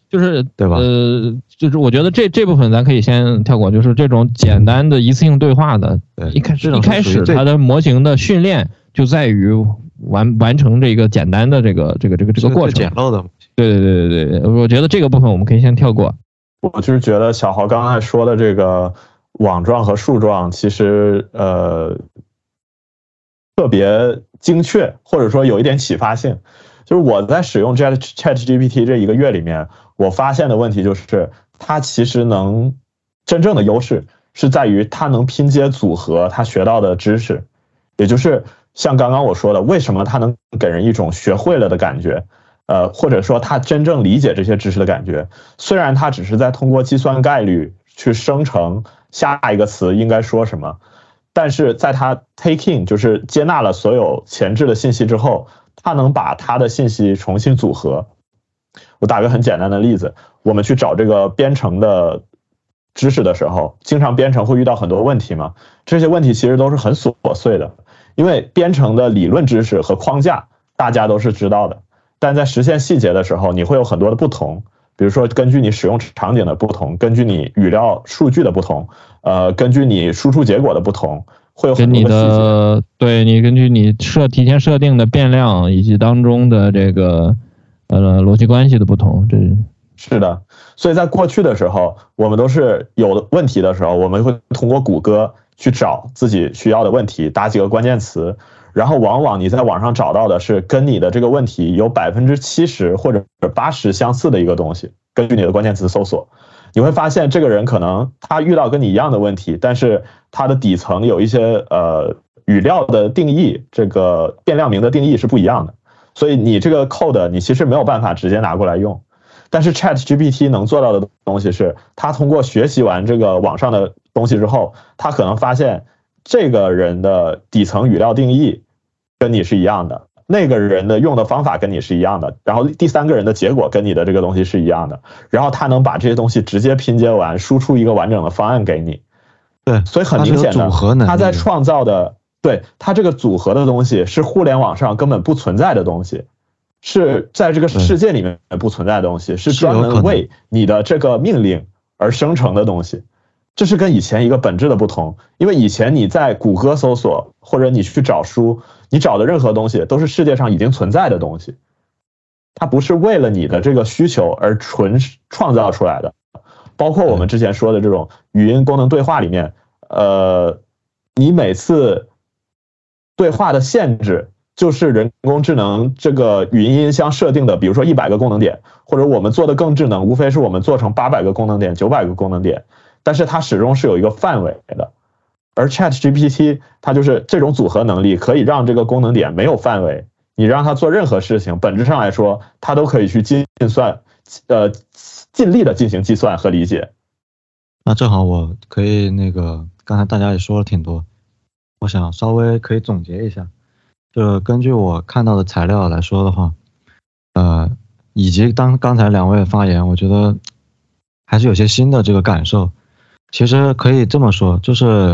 就是对吧？ 呃，就是我觉得这这部分咱可以先跳过，就是这种简单的一次性对话的， 对， 一开始一这种是开始它的模型的训练就在于完完成这个简单的这个这个这个这个过程， 简陋的。 对对对对对，我觉得这个部分我们可以先跳过。 我就是觉得小豪刚才说的这个网状和树状，其实呃特别精确，或者说有一点启发性。就是我在使用 Chat ChatGPT 这一个月里面，我发现的问题就是，它其实能真正的优势是在于它能拼接组合它学到的知识，也就是像刚刚我说的，为什么它能给人一种学会了的感觉，呃，或者说它真正理解这些知识的感觉。虽然它只是在通过计算概率去生成下一个词应该说什么，但是在它 take in 就是接纳了所有前置的信息之后，它能把它的信息重新组合。我打个很简单的例子，我们去找这个编程的知识的时候，经常编程会遇到很多问题嘛，这些问题其实都是很琐碎的，因为编程的理论知识和框架大家都是知道的，但在实现细节的时候，你会有很多的不同，比如说根据你使用场景的不同，根据你语料数据的不同，呃，根据你输出结果的不同，会有很多的细节。 跟你的对你根据你设提前设定的变量以及当中的这个呃逻辑关系的不同，这是的。所以在过去的时候，我们都是有问题的时候，我们会通过谷歌去找自己需要的问题，打几个关键词，然后往往你在网上找到的是跟你的这个问题有百分之七十或者八十相似的一个东西。根据你的关键词搜索，你会发现这个人可能他遇到跟你一样的问题，但是他的底层有一些呃语料的定义，这个变量名的定义是不一样的，所以你这个 code 你其实没有办法直接拿过来用。但是 ChatGPT 能做到的东西是，他通过学习完这个网上的东西之后，他可能发现这个人的底层语料定义跟你是一样的，那个人的用的方法跟你是一样的，然后第三个人的结果跟你的这个东西是一样的，然后他能把这些东西直接拼接完，输出一个完整的方案给你。 对， 所以很明显的，他在创造的，对，他这个组合的东西是互联网上根本不存在的东西，是在这个世界里面不存在的东西，是专门为你的这个命令而生成的东西。这是跟以前一个本质的不同，因为以前你在谷歌搜索或者你去找书，你找的任何东西都是世界上已经存在的东西，它不是为了你的这个需求而纯创造出来的。包括我们之前说的这种语音功能对话里面，呃，你每次对话的限制就是人工智能这个语音音箱设定的，比如说一百个功能点，或者我们做的更智能，无非是我们做成八百个功能点、九百个功能点，但是它始终是有一个范围的。而 ChatGPT 它就是这种组合能力，可以让这个功能点没有范围，你让它做任何事情，本质上来说，它都可以去计算，呃，尽力的进行计算和理解。 那正好我可以那个，刚才大家也说了挺多，我想稍微可以总结一下。就根据我看到的材料来说的话，呃，以及当刚才两位发言，我觉得还是有些新的这个感受。其实可以这么说，就是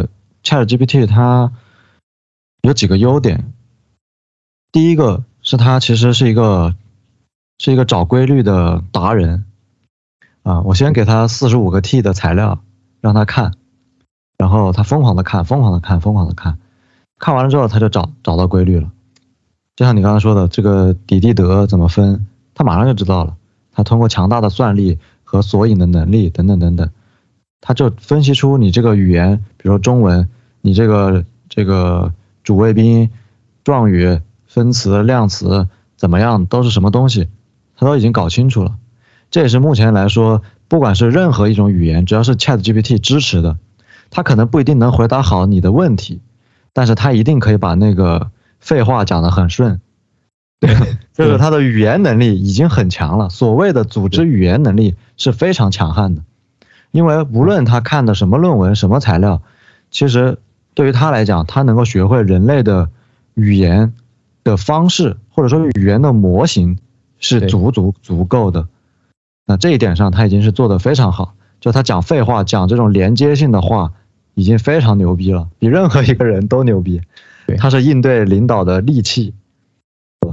ChatGPT 它有几个优点。第一个是它其实是一个是一个找规律的达人啊。我先给他四十五个 T 的材料让他看，然后他疯狂的看，疯狂的看，疯狂的看。看完了之后，他就找找到规律了。就像你刚才说的，这个底地德怎么分，他马上就知道了。他通过强大的算力和索引的能力等等等等，他就分析出你这个语言，比如说中文，你这个这个主谓宾、状语、分词、量词怎么样，都是什么东西，他都已经搞清楚了。这也是目前来说，不管是任何一种语言，只要是 ChatGPT 支持的，他可能不一定能回答好你的问题。但是他一定可以把那个废话讲得很顺，对，就是他的语言能力已经很强了。所谓的组织语言能力是非常强悍的，因为无论他看的什么论文、什么材料，其实对于他来讲，他能够学会人类的语言的方式，或者说语言的模型是足足足够的。那这一点上，他已经是做得非常好。就他讲废话，讲这种连接性的话，已经非常牛逼了，比任何一个人都牛逼。他是应对领导的利器，对吧？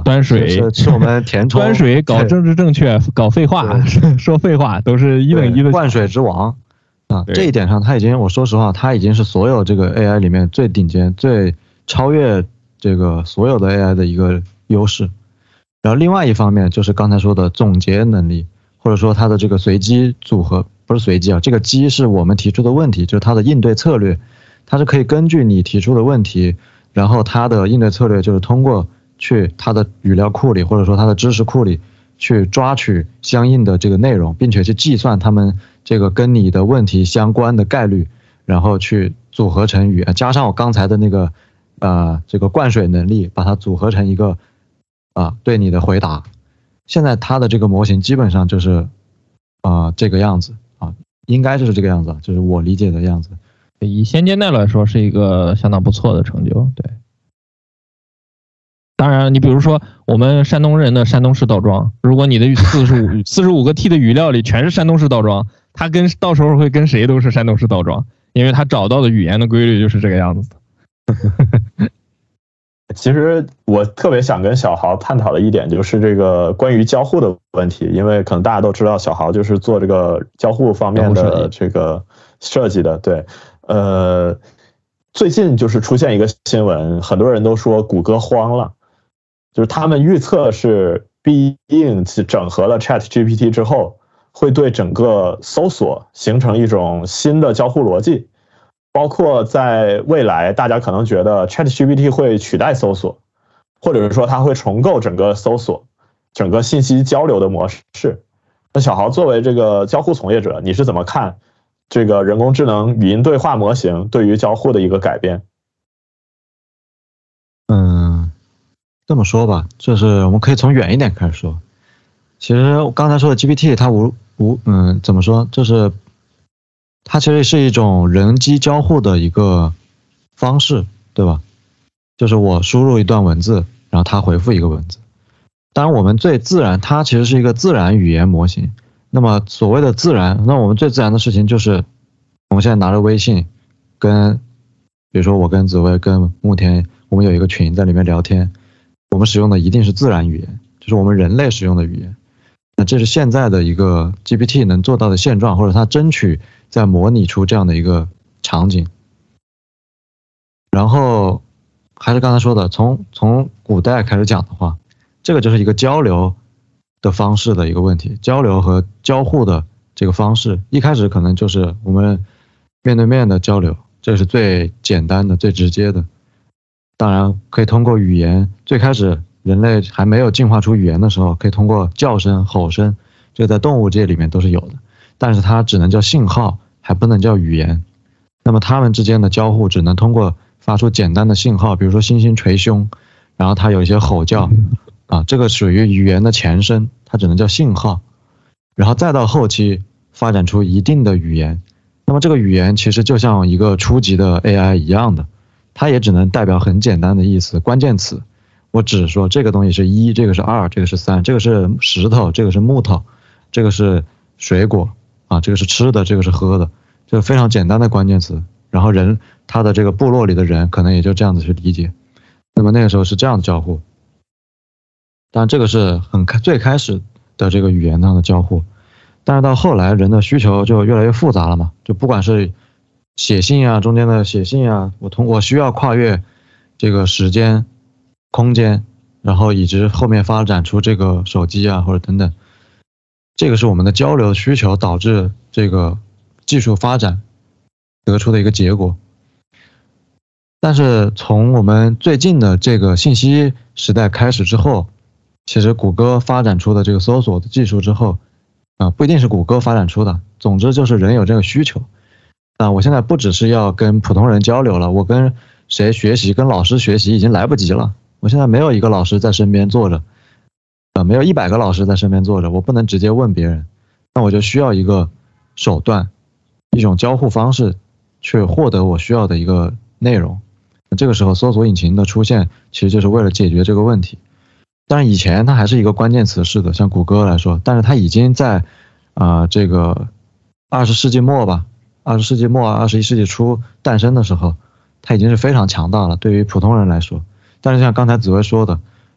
端水是是我们填充端水搞政治正确，搞废话，说废话都是一等一的灌水之王啊！这一点上，他已经，我说实话，他已经是所有这个 A I 里面最顶尖、最超越这个所有的 A I 的一个优势。然后另外一方面就是刚才说的总结能力，或者说它的这个随机组合，不是随机啊，这个机是我们提出的问题，就是它的应对策略，它是可以根据你提出的问题，然后它的应对策略就是通过去它的语料库里或者说它的知识库里去抓取相应的这个内容，并且去计算它们这个跟你的问题相关的概率，然后去组合成语言，加上我刚才的那个呃这个灌水能力，把它组合成一个啊对你的回答。现在它的这个模型基本上就是啊、呃、这个样子啊，应该就是这个样子，就是我理解的样子。 以现阶段来说是一个相当不错的成就，对。当然，你比如说我们山东人的山东式倒装，如果你的四十五四十五个 T 的语料里全是山东式倒装，它跟到时候会跟谁都是山东式倒装，因为它找到的语言的规律就是这个样子的。 其实我特别想跟小豪探讨的一点就是这个关于交互的问题，因为可能大家都知道小豪就是做这个交互方面的这个设计的，对，呃，最近就是出现一个新闻，很多人都说谷歌慌了，就是他们预测是 Bing 整合了 ChatGPT 之后，会对整个搜索形成一种新的交互逻辑。包括在未来，大家可能觉得 ChatGPT 会取代搜索，或者是说它会重构整个搜索、整个信息交流的模式。那小豪作为这个交互从业者，你是怎么看这个人工智能语音对话模型对于交互的一个改变？ 嗯，这么说吧，就是我们可以从远一点开始说。其实我刚才说的 G P T 它无无嗯怎么说，就是它其实是一种人机交互的一个方式，对吧？就是我输入一段文字，然后它回复一个文字。当然我们最自然，它其实是一个自然语言模型。那么所谓的自然，那我们最自然的事情就是我们现在拿着微信跟比如说我跟紫薇跟慕天，我们有一个群在里面聊天，我们使用的一定是自然语言，就是我们人类使用的语言。那这是现在的一个 G P T 能做到的现状，或者它争取在模拟出这样的一个场景。然后还是刚才说的，从从古代开始讲的话，这个就是一个交流的方式的一个问题，交流和交互的这个方式，一开始可能就是我们面对面的交流，这是最简单的、最直接的。当然可以通过语言，最开始人类还没有进化出语言的时候，可以通过叫声、吼声，这个在动物界里面都是有的，但是它只能叫信号，还不能叫语言。那么它们之间的交互只能通过发出简单的信号，比如说猩猩捶胸，然后它有一些吼叫啊，这个属于语言的前身，它只能叫信号。然后再到后期发展出一定的语言，那么这个语言其实就像一个初级的 A I 一样的，它也只能代表很简单的意思，关键词。我只说这个东西是一，这个是二，这个是三，这个是石头，这个是木头，这个是水果啊，这个是吃的，这个是喝的，这个非常简单的关键词。然后人他的这个部落里的人可能也就这样子去理解。那么那个时候是这样的交互，当然这个是很开最开始的这个语言上的交互，但是到后来人的需求就越来越复杂了嘛，就不管是写信啊，中间的写信啊，我通过需要跨越这个时间空间，然后以及后面发展出这个手机啊或者等等，这个是我们的交流需求导致这个技术发展得出的一个结果。但是从我们最近的这个信息时代开始之后，其实谷歌发展出的这个搜索的技术之后啊、呃，不一定是谷歌发展出的，总之就是人有这个需求啊。我现在不只是要跟普通人交流了，我跟谁学习，跟老师学习已经来不及了。我现在没有一个老师在身边坐着，呃，没有一百个老师在身边坐着，我不能直接问别人，那我就需要一个手段，一种交互方式，去获得我需要的一个内容。那这个时候，搜索引擎的出现，其实就是为了解决这个问题。当然，以前它还是一个关键词式的，像谷歌来说，但是它已经在啊、呃、这个二十世纪末吧，二十世纪末、二十一世纪初诞生的时候，它已经是非常强大了，对于普通人来说。但是像刚才紫薇说的，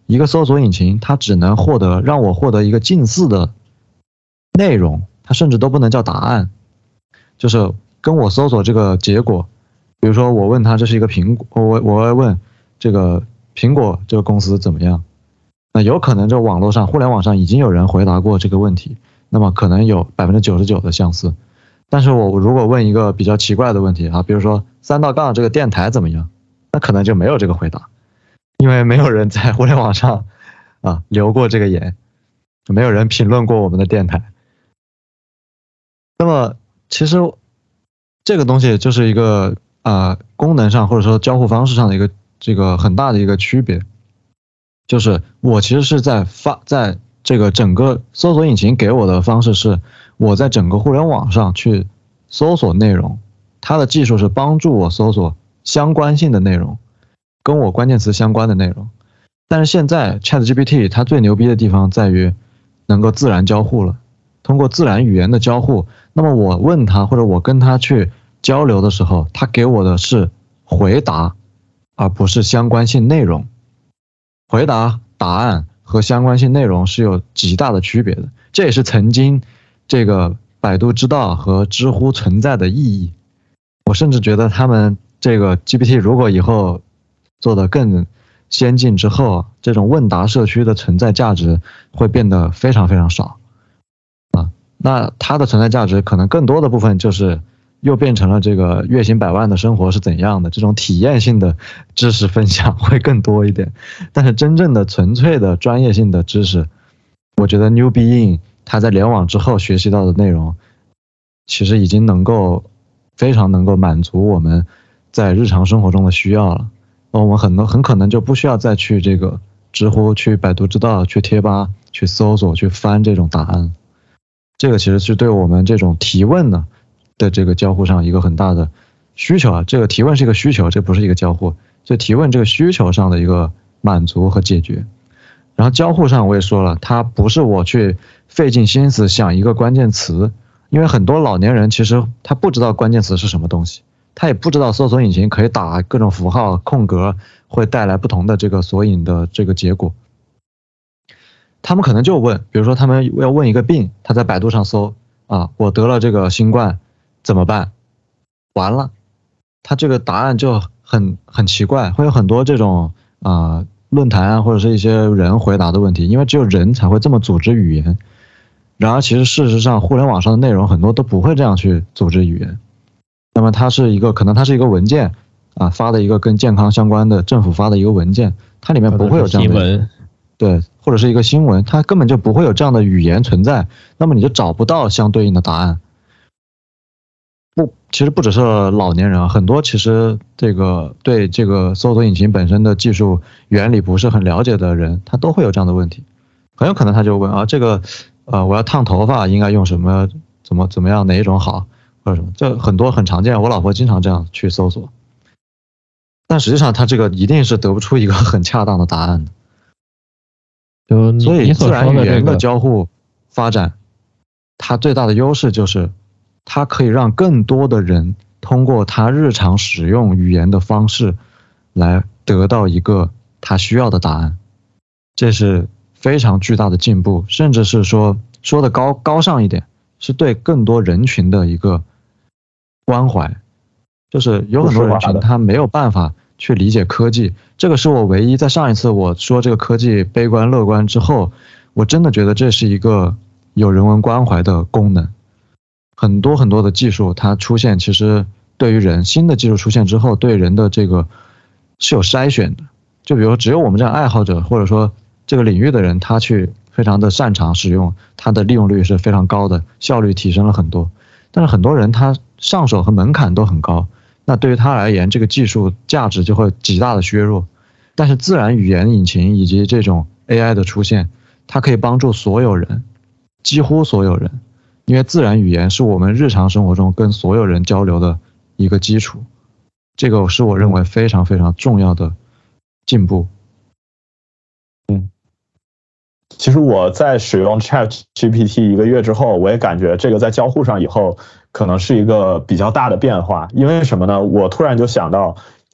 一个搜索引擎它只能获得让我获得一个近似的内容，它甚至都不能叫答案，就是跟我搜索这个结果，比如说我问他这是一个苹果，我我要问这个苹果这个公司怎么样，那有可能这网络上互联网上已经有人回答过这个问题，那么可能有百分之九十九的相似。但是我如果问一个比较奇怪的问题啊，比如说三道杠这个电台怎么样，那可能就没有这个回答，因为没有人在互联网上啊留过这个言，没有人评论过我们的电台。那么其实这个东西就是一个啊、呃、功能上或者说交互方式上的一个这个很大的一个区别，就是我其实是在发在这个整个搜索引擎给我的方式是我在整个互联网上去搜索内容，它的技术是帮助我搜索相关性的内容，跟我关键词相关的内容。但是现在 ChatGPT 它最牛逼的地方在于能够自然交互了，通过自然语言的交互，那么我问他或者我跟他去交流的时候，他给我的是回答而不是相关性内容。回答答案和相关性内容是有极大的区别的，这也是曾经这个百度知道和知乎存在的意义。我甚至觉得他们这个 G P T 如果以后做得更先进之后，这种问答社区的存在价值会变得非常非常少啊。那它的存在价值可能更多的部分就是又变成了这个月薪百万的生活是怎样的，这种体验性的知识分享会更多一点。但是真正的纯粹的专业性的知识，我觉得 New Being 它在联网之后学习到的内容，其实已经能够非常能够满足我们在日常生活中的需要了。我们很多很可能就不需要再去这个知乎、去百度知道、去贴吧、去搜索、去翻这种答案。这个其实是对我们这种提问呢的这个交互上一个很大的需求啊。这个提问是一个需求，这不是一个交互，所以提问这个需求上的一个满足和解决。然后交互上我也说了，它不是我去费尽心思想一个关键词，因为很多老年人其实他不知道关键词是什么东西，他也不知道搜索引擎可以打各种符号空格会带来不同的这个索引的这个结果。他们可能就问，比如说他们要问一个病，他在百度上搜啊，我得了这个新冠怎么办？完了，他这个答案就很很奇怪，会有很多这种啊、呃、论坛啊或者是一些人回答的问题，因为只有人才会这么组织语言。然而其实事实上互联网上的内容很多都不会这样去组织语言。那么它是一个可能它是一个文件啊发的一个跟健康相关的政府发的一个文件，它里面不会有这样的新闻， 对，或者是一个新闻，它根本就不会有这样的语言存在，那么你就找不到相对应的答案。不，其实不只是老年人啊，很多其实这个对这个搜索引擎本身的技术原理不是很了解的人，他都会有这样的问题。很有可能他就问啊，这个呃我要烫头发应该用什么，怎么怎么样，哪一种好，或者什么，这很多很常见，我老婆经常这样去搜索。但实际上他这个一定是得不出一个很恰当的答案的。 就你所以自然语言的交交互发展，它最大的优势就是它可以让更多的人通过他日常使用语言的方式来得到一个他需要的答案，这是非常巨大的进步，甚至是说说的高高尚一点，是对更多人群的一个关怀。就是有很多人群他没有办法去理解科技，这个是我唯一在上一次我说这个科技悲观乐观之后，我真的觉得这是一个有人文关怀的功能。很多很多的技术它出现，其实对于人，新的技术出现之后对人的这个是有筛选的。就比如只有我们这样爱好者或者说这个领域的人，他去非常的擅长使用，它的利用率是非常高的，效率提升了很多。但是很多人他上手和门槛都很高，那对于他而言这个技术价值就会极大的削弱。但是自然语言引擎以及这种 A I 的出现，它可以帮助所有人，几乎所有人，因为自然语言是我们日常生活中跟所有人交流的一个基础，这个是我认为非常非常重要的进步。 嗯，其实我在使用 ChatGPT 一个月之后，我也感觉这个在交互上以后可能是一个比较大的变化。因为什么呢？我突然就想到，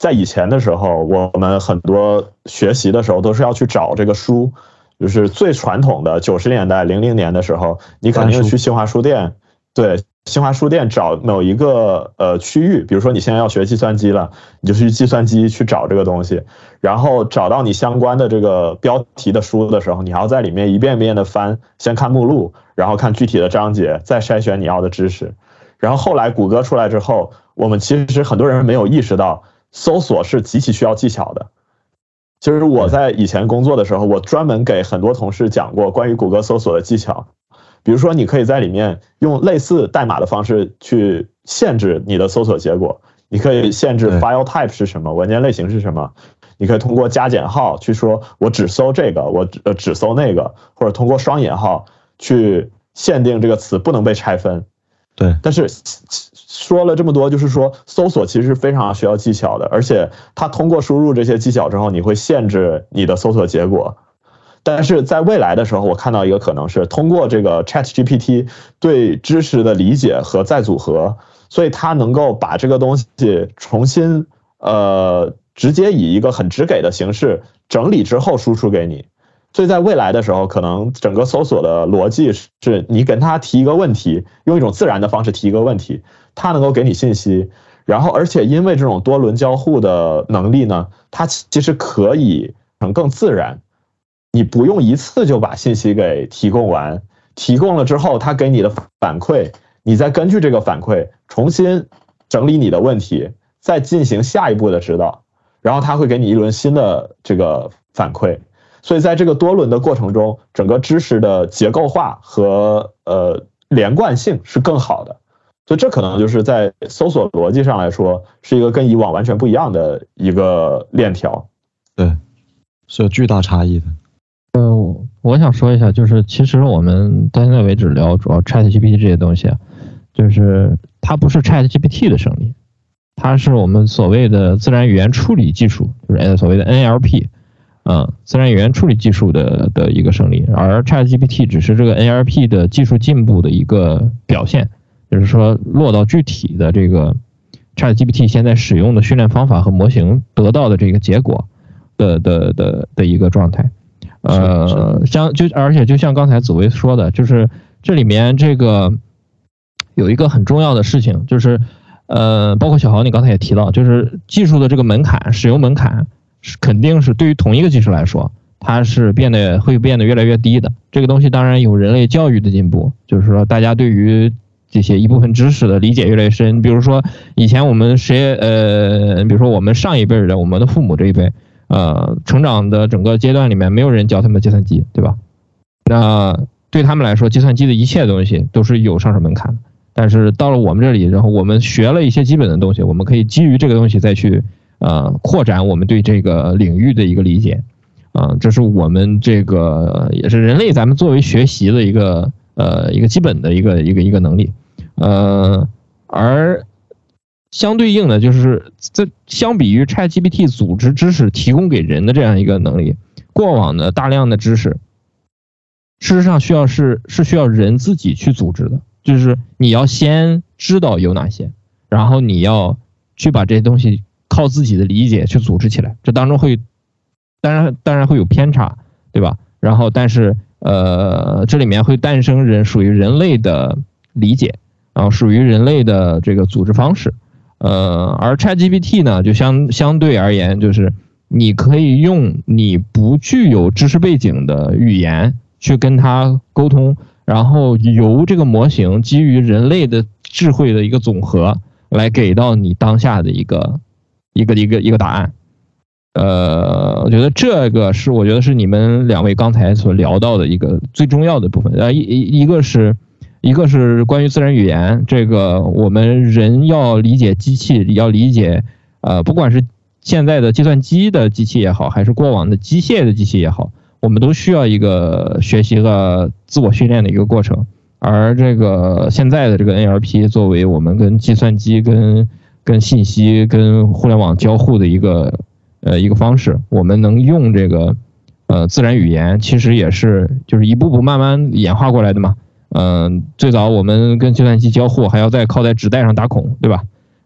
在以前的时候，我们很多学习的时候都是要去找这个书，就是最传统的九十年代、零零年的时候，你肯定去新华书店，对，新华书店找某一个呃区域，比如说你现在要学计算机了，你就去计算机去找这个东西，然后找到你相关的这个标题的书的时候，你还要在里面一遍一遍的翻，先看目录，然后看具体的章节，再筛选你要的知识。然后后来谷歌出来之后，我们其实很多人没有意识到，搜索是极其需要技巧的。其实我在以前工作的时候，我专门给很多同事讲过关于谷歌搜索的技巧。比如说，你可以在里面用类似代码的方式去限制你的搜索结果。你可以限制 file type 是什么，文件类型是什么。你可以通过加减号去说，我只搜这个，我呃只搜那个，或者通过双引号去限定这个词不能被拆分。 对， 但是说了这么多，就是说搜索其实是非常需要技巧的，而且它通过输入这些技巧之后，你会限制你的搜索结果。但是在未来的时候，我看到一个可能是通过这个 ChatGPT 对知识的理解和再组合，所以它能够把这个东西重新呃直接以一个很直给的形式整理之后输出给你。所以在未来的时候，可能整个搜索的逻辑是你跟他提一个问题，用一种自然的方式提一个问题，他能够给你信息，然后而且因为这种多轮交互的能力呢，它其实可以更自然，你不用一次就把信息给提供完，提供了之后他给你的反馈，你再根据这个反馈重新整理你的问题，再进行下一步的指导，然后他会给你一轮新的这个反馈。所以在这个多轮的过程中，整个知识的结构化和呃连贯性是更好的。所以这可能就是在搜索逻辑上来说，是一个跟以往完全不一样的一个链条。 对，是有巨大差异的。 呃，我想说一下，就是其实我们到现在为止聊主要 ChatGPT 这些东西，就是它不是 ChatGPT 的胜利，它是我们所谓的自然语言处理技术，就是所谓的 N L P。嗯，自然语言处理技术的的一个胜利，而 ChatGPT 只是这个 N L P 的技术进步的一个表现，就是说落到具体的这个 ChatGPT 现在使用的训练方法和模型得到的这个结果的的的的一个状态。呃，像就而且就像刚才紫薇说的，就是这里面这个有一个很重要的事情，就是呃，包括小豪你刚才也提到，就是技术的这个门槛，使用门槛。是肯定是对于同一个技术来说，它是变得会变得越来越低的。这个东西当然有人类教育的进步，就是说大家对于这些一部分知识的理解越来越深。比如说以前我们谁呃，比如说我们上一辈的我们的父母这一辈，呃，成长的整个阶段里面没有人教他们计算机，对吧？那对他们来说，计算机的一切东西都是有上升门槛的。但是到了我们这里，然后我们学了一些基本的东西，我们可以基于这个东西再去。呃，扩展我们对这个领域的一个理解，啊、呃，这是我们这个也是人类咱们作为学习的一个呃一个基本的一个一个一个能力，呃，而相对应的就是这相比于 ChatGPT 组织知识提供给人的这样一个能力，过往的大量的知识，事实上需要是是需要人自己去组织的，就是你要先知道有哪些，然后你要去把这些东西。靠自己的理解去组织起来，这当中会，当然当然会有偏差，对吧？然后但是呃，这里面会诞生人属于人类的理解，然后属于人类的这个组织方式，呃，而 ChatGPT 呢，就相相对而言，就是你可以用你不具有知识背景的语言去跟它沟通，然后由这个模型基于人类的智慧的一个总和来给到你当下的一个。一个一个一个答案，呃，我觉得这个是我觉得是你们两位刚才所聊到的一个最重要的部分。呃，一一个是一个是关于自然语言，这个我们人要理解机器，要理解呃，不管是现在的计算机的机器也好，还是过往的机械的机器也好，我们都需要一个学习和自我训练的一个过程。而这个现在的这个 N L P 作为我们跟计算机跟跟信息跟互联网交互的一个呃一个方式，我们能用这个呃自然语言，其实也是就是一步步慢慢演化过来的嘛。嗯、呃，最早我们跟计算机交互还要再靠在纸带上打孔，对吧？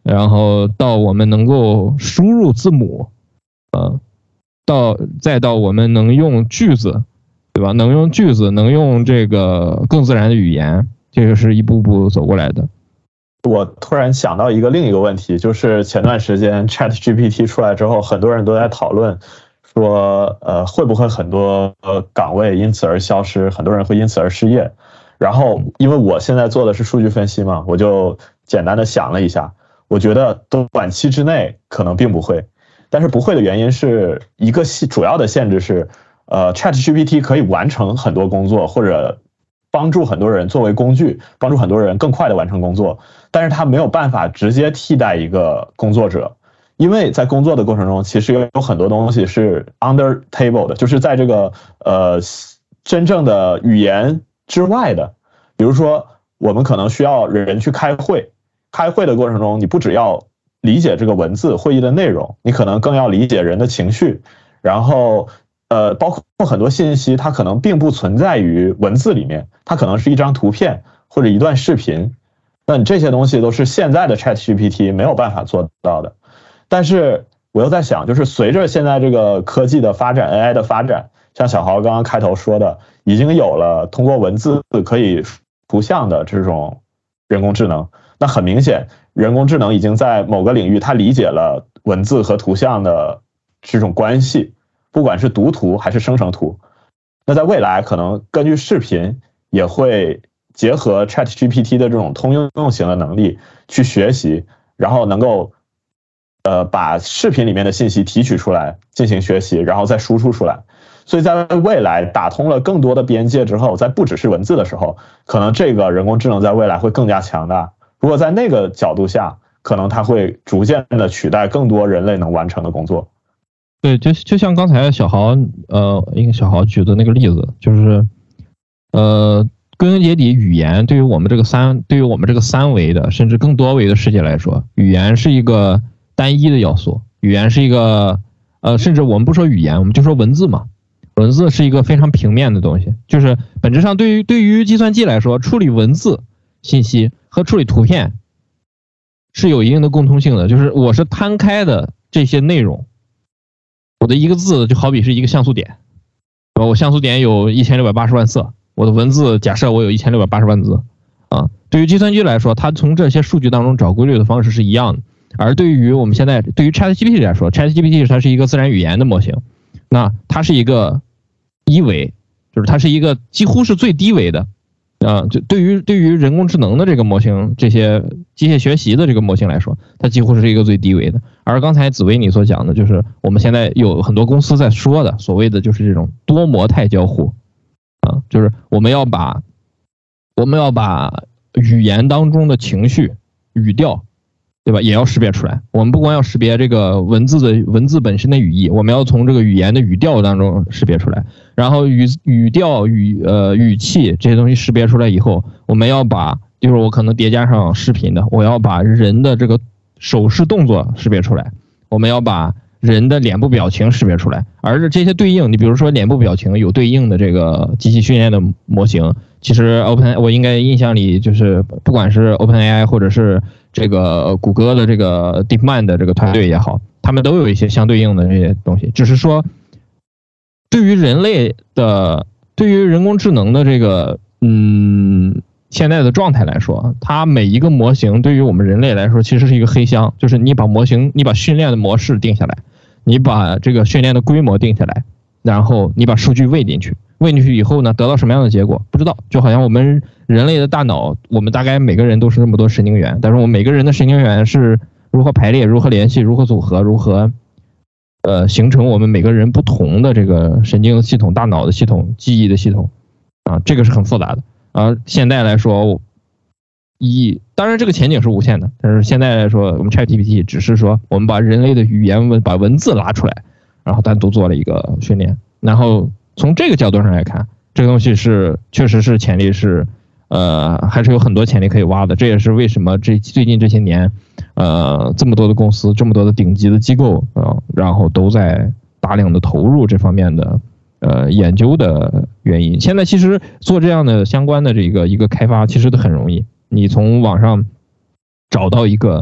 然后到我们能够输入字母，呃，到再到我们能用句子，对吧？能用句子，能用这个更自然的语言，这个是一步步走过来的。 我突然想到一个另一个问题，就是前段时间 ChatGPT 出来之后，很多人都在讨论说，呃，会不会很多岗位因此而消失，很多人会因此而失业。然后，因为我现在做的是数据分析嘛，我就简单的想了一下，我觉得短期之内可能并不会，但是不会的原因是一个主要的限制是，呃 ，ChatGPT 可以完成很多工作，或者帮助很多人作为工具，帮助很多人更快的完成工作，但是它没有办法直接替代一个工作者，因为在工作的过程中，其实有很多东西是 under table 的，就是在这个呃真正的语言之外的，比如说我们可能需要人去开会，开会的过程中，你不只要理解这个文字会议的内容，你可能更要理解人的情绪，然后呃包括很多信息它可能并不存在于文字里面，它可能是一张图片或者一段视频，那你这些东西都是现在的 ChatGPT 没有办法做到的。但是我又在想，就是随着现在这个科技的发展 A I 的发展，像小豪刚刚开头说的，已经有了通过文字可以图像的这种人工智能，那很明显人工智能已经在某个领域它理解了文字和图像的这种关系，不管是读图还是生成图，那在未来可能根据视频也会结合 ChatGPT 的这种通用型的能力去学习，然后能够呃把视频里面的信息提取出来进行学习，然后再输出出来。所以在未来打通了更多的边界之后，在不只是文字的时候，可能这个人工智能在未来会更加强大。如果在那个角度下，可能它会逐渐的取代更多人类能完成的工作。 对，就就像刚才小豪呃，应该小豪举的那个例子，就是呃，归根结底，语言对于我们这个三对于我们这个三维的甚至更多维的世界来说，语言是一个单一的要素，语言是一个呃，甚至我们不说语言，我们就说文字嘛。文字是一个非常平面的东西，就是本质上对于对于计算机来说，处理文字信息和处理图片是有一定的共通性的，就是我是摊开的这些内容，我的一个字就好比是一个像素点，我像素点有一千六百八十万色，我的文字假设我有一千六百八十万字啊。对于计算机来说，它从这些数据当中找规律的方式是一样的，而对于我们现在对于 ChatGPT 来说 ，ChatGPT 它是一个自然语言的模型，那它是一个一维，就是它是一个几乎是最低维的，啊，就对于对于人工智能的这个模型，这些机械学习的这个模型来说，它几乎是一个最低维的。而刚才紫薇你所讲的，就是我们现在有很多公司在说的，所谓的就是这种多模态交互，啊，就是我们要把我们要把语言当中的情绪、语调，对吧？也要识别出来。我们不光要识别这个文字的文字本身的语义，我们要从这个语言的语调当中识别出来。然后语语调、语呃语气这些东西识别出来以后，我们要把就是我可能叠加上视频的，我要把人的这个手势动作识别出来，我们要把人的脸部表情识别出来。而这些对应，你比如说脸部表情有对应的这个机器训练的模型，其实 Open 我应该印象里就是不管是 OpenAI 或者是这个谷歌的这个 DeepMind 的这个团队也好，他们都有一些相对应的这些东西，只是说对于人类的对于人工智能的这个嗯现在的状态来说，它每一个模型对于我们人类来说其实是一个黑箱，就是你把模型你把训练的模式定下来，你把这个训练的规模定下来，然后你把数据喂进去，喂进去以后呢，得到什么样的结果不知道。就好像我们人类的大脑，我们大概每个人都是那么多神经元，但是我们每个人的神经元是如何排列、如何联系、如何组合、如何呃形成我们每个人不同的这个神经系统、大脑的系统、记忆的系统啊，这个是很复杂的。而现在来说，以当然这个前景是无限的，但是现在来说，我们 ChatGPT 只是说我们把人类的语言文把文字拉出来，然后单独做了一个训练，然后从这个角度上来看，这个东西是确实是潜力是呃还是有很多潜力可以挖的。这也是为什么这最近这些年呃这么多的公司、这么多的顶级的机构啊、呃，然后都在大量的投入这方面的呃研究的原因。现在其实做这样的相关的这个一个开发其实都很容易，你从网上找到一个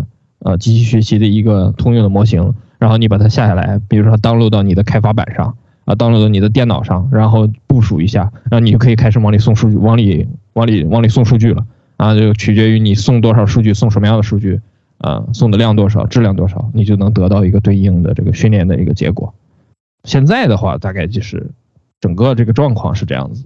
呃机器学习的一个通用的模型，然后你把它下下来，比如说 download 到你的开发板上啊 ，download 到你的电脑上，然后部署一下，然后你就可以开始往里送数据，往里往里往里送数据了啊，就取决于你送多少数据，送什么样的数据。啊，送的量多少，质量多少，你就能得到一个对应的这个训练的一个结果。现在的话，大概就是整个这个状况是这样子。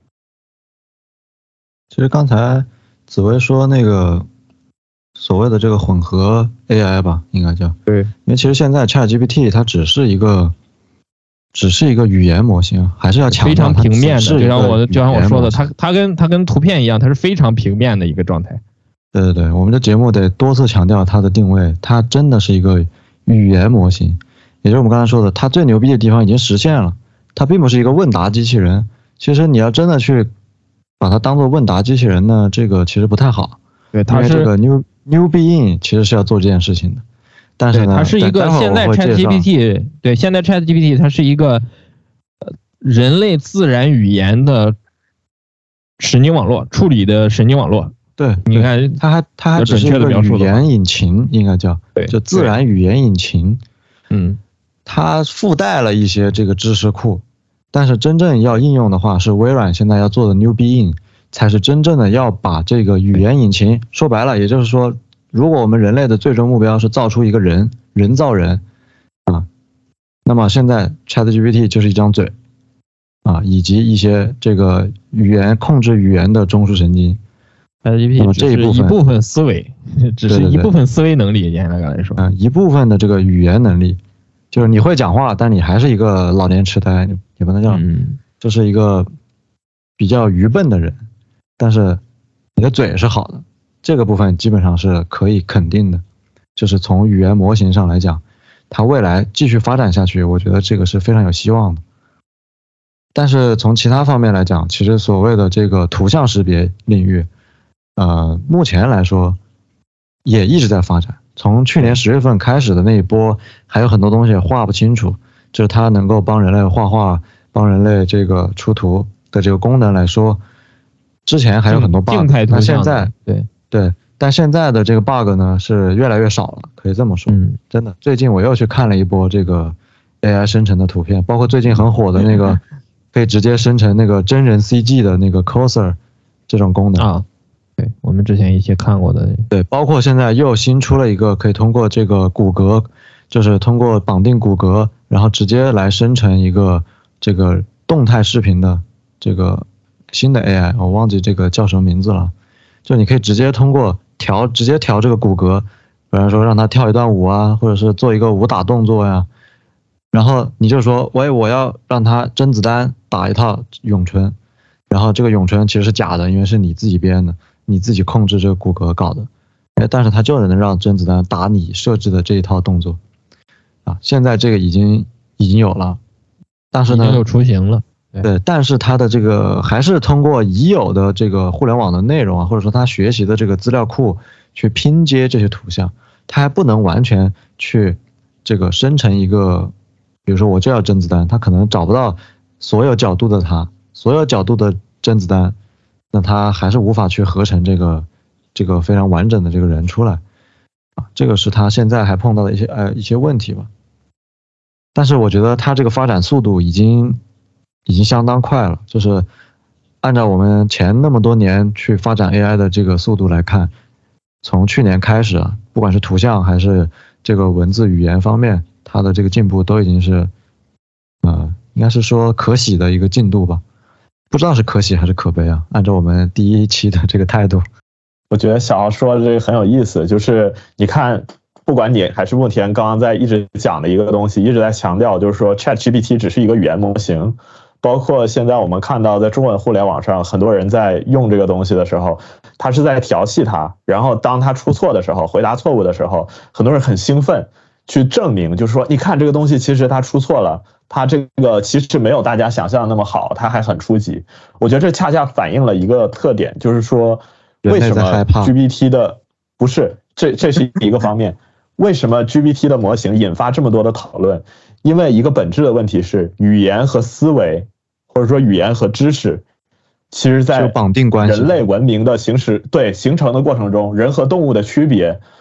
其实刚才紫薇说那个所谓的这个混合 A I 吧，应该叫对， 因为其实现在 ChatGPT 它只是一个只是一个语言模型，还是要强调非常平面的，就像我就像我说的，它它跟它跟图片一样，它是非常平面的一个状态。 对对对，我们的节目得多次强调它的定位，它真的是一个语言模型，也就是我们刚才说的，它最牛逼的地方已经实现了，它并不是一个问答机器人。其实你要真的去把它当做问答机器人呢，这个其实不太好。 对，它是这个 New New Being 其实是要做这件事情的，但是呢， 它是一个现在 ChatGPT 对现在 ChatGPT 它是一个呃人类自然语言的神经网络处理的神经网络。 对， 你看， 它还它还只是一个语言引擎，应该叫， 对， 就自然语言引擎。 嗯， 它附带了一些这个知识库，但是真正要应用的话，是微软现在要做的 New Being， 才是真正的要把这个语言引擎，说白了，也就是说，如果我们人类的最终目标是造出一个人，人造人啊，那么现在 ChatGPT 就是一张嘴啊，以及一些这个语言控制语言的中枢神经。 ChatGPT 只是一部分思维，只是一部分思维能力，严格来说， 嗯，一部分的这个语言能力，就是你会讲话，但你还是一个老年痴呆，也不能叫， 嗯， 就是一个比较愚笨的人，但是你的嘴是好的，这个部分基本上是可以肯定的，就是从语言模型上来讲，它未来继续发展下去，我觉得这个是非常有希望的。但是从其他方面来讲，其实所谓的这个图像识别领域，呃，目前来说也一直在发展。从去年十月份开始的那一波，还有很多东西画不清楚，就是它能够帮人类画画、帮人类这个出图的这个功能来说，之前还有很多 bug， 静态图像， 但现在对对，但现在的这个 bug 呢是越来越少了，可以这么说。 嗯， 真的，最近我又去看了一波这个 A I 生成的图片，包括最近很火的那个可以直接生成那个真人 C G 的那个 coser 这种功能啊。对，我们之前一些看过的， 对，包括现在又新出了一个可以通过这个骨骼，就是通过绑定骨骼，然后直接来生成一个这个动态视频的这个新的 A I， 我忘记这个叫什么名字了。就你可以直接通过调，直接调这个骨骼，比方说让它跳一段舞啊，或者是做一个武打动作呀，然后你就说，喂，我要让它甄子丹打一套咏春，然后这个咏春其实是假的，因为是你自己编的。你自己控制这个骨骼搞的，哎，但是它就能让甄子丹打你设置的这一套动作，啊，现在这个已经已经有了，但是呢， 有雏形了， 对，对，但是它的这个还是通过已有的这个互联网的内容啊，或者说它学习的这个资料库去拼接这些图像，它还不能完全去这个生成一个，比如说我就要甄子丹，它可能找不到所有角度的他，所有角度的甄子丹。那它还是无法去合成这个这个非常完整的这个人出来啊，这个是它现在还碰到的一些呃一些问题吧。但是我觉得它这个发展速度已经已经相当快了，就是按照我们前那么多年去发展 A I 的这个速度来看，从去年开始啊，不管是图像还是这个文字语言方面，它的这个进步都已经是呃应该是说可喜的一个进度吧。不知道是可喜还是可悲啊？按照我们第一期的这个态度， 我觉得小奥说的这个很有意思，就是你看，不管你还是慕田刚刚在一直讲的一个东西，一直在强调，就是说 ChatGPT 只是一个语言模型，包括现在我们看到在中文互联网上，很多人在用这个东西的时候，他是在调戏它，然后当他出错的时候，回答错误的时候，很多人很兴奋去证明，就是说，你看这个东西其实它出错了。它这个其实没有大家想象的那么好，它还很初级。我觉得这恰恰反映了一个特点，就是说为什么 G P T 的不是这这是一个方面，为什么 G P T 的模型引发这么多的讨论？因为一个本质的问题是，语言和思维，或者说语言和知识，其实在绑定关系， 人类文明的形式对形成的过程中，人和动物的区别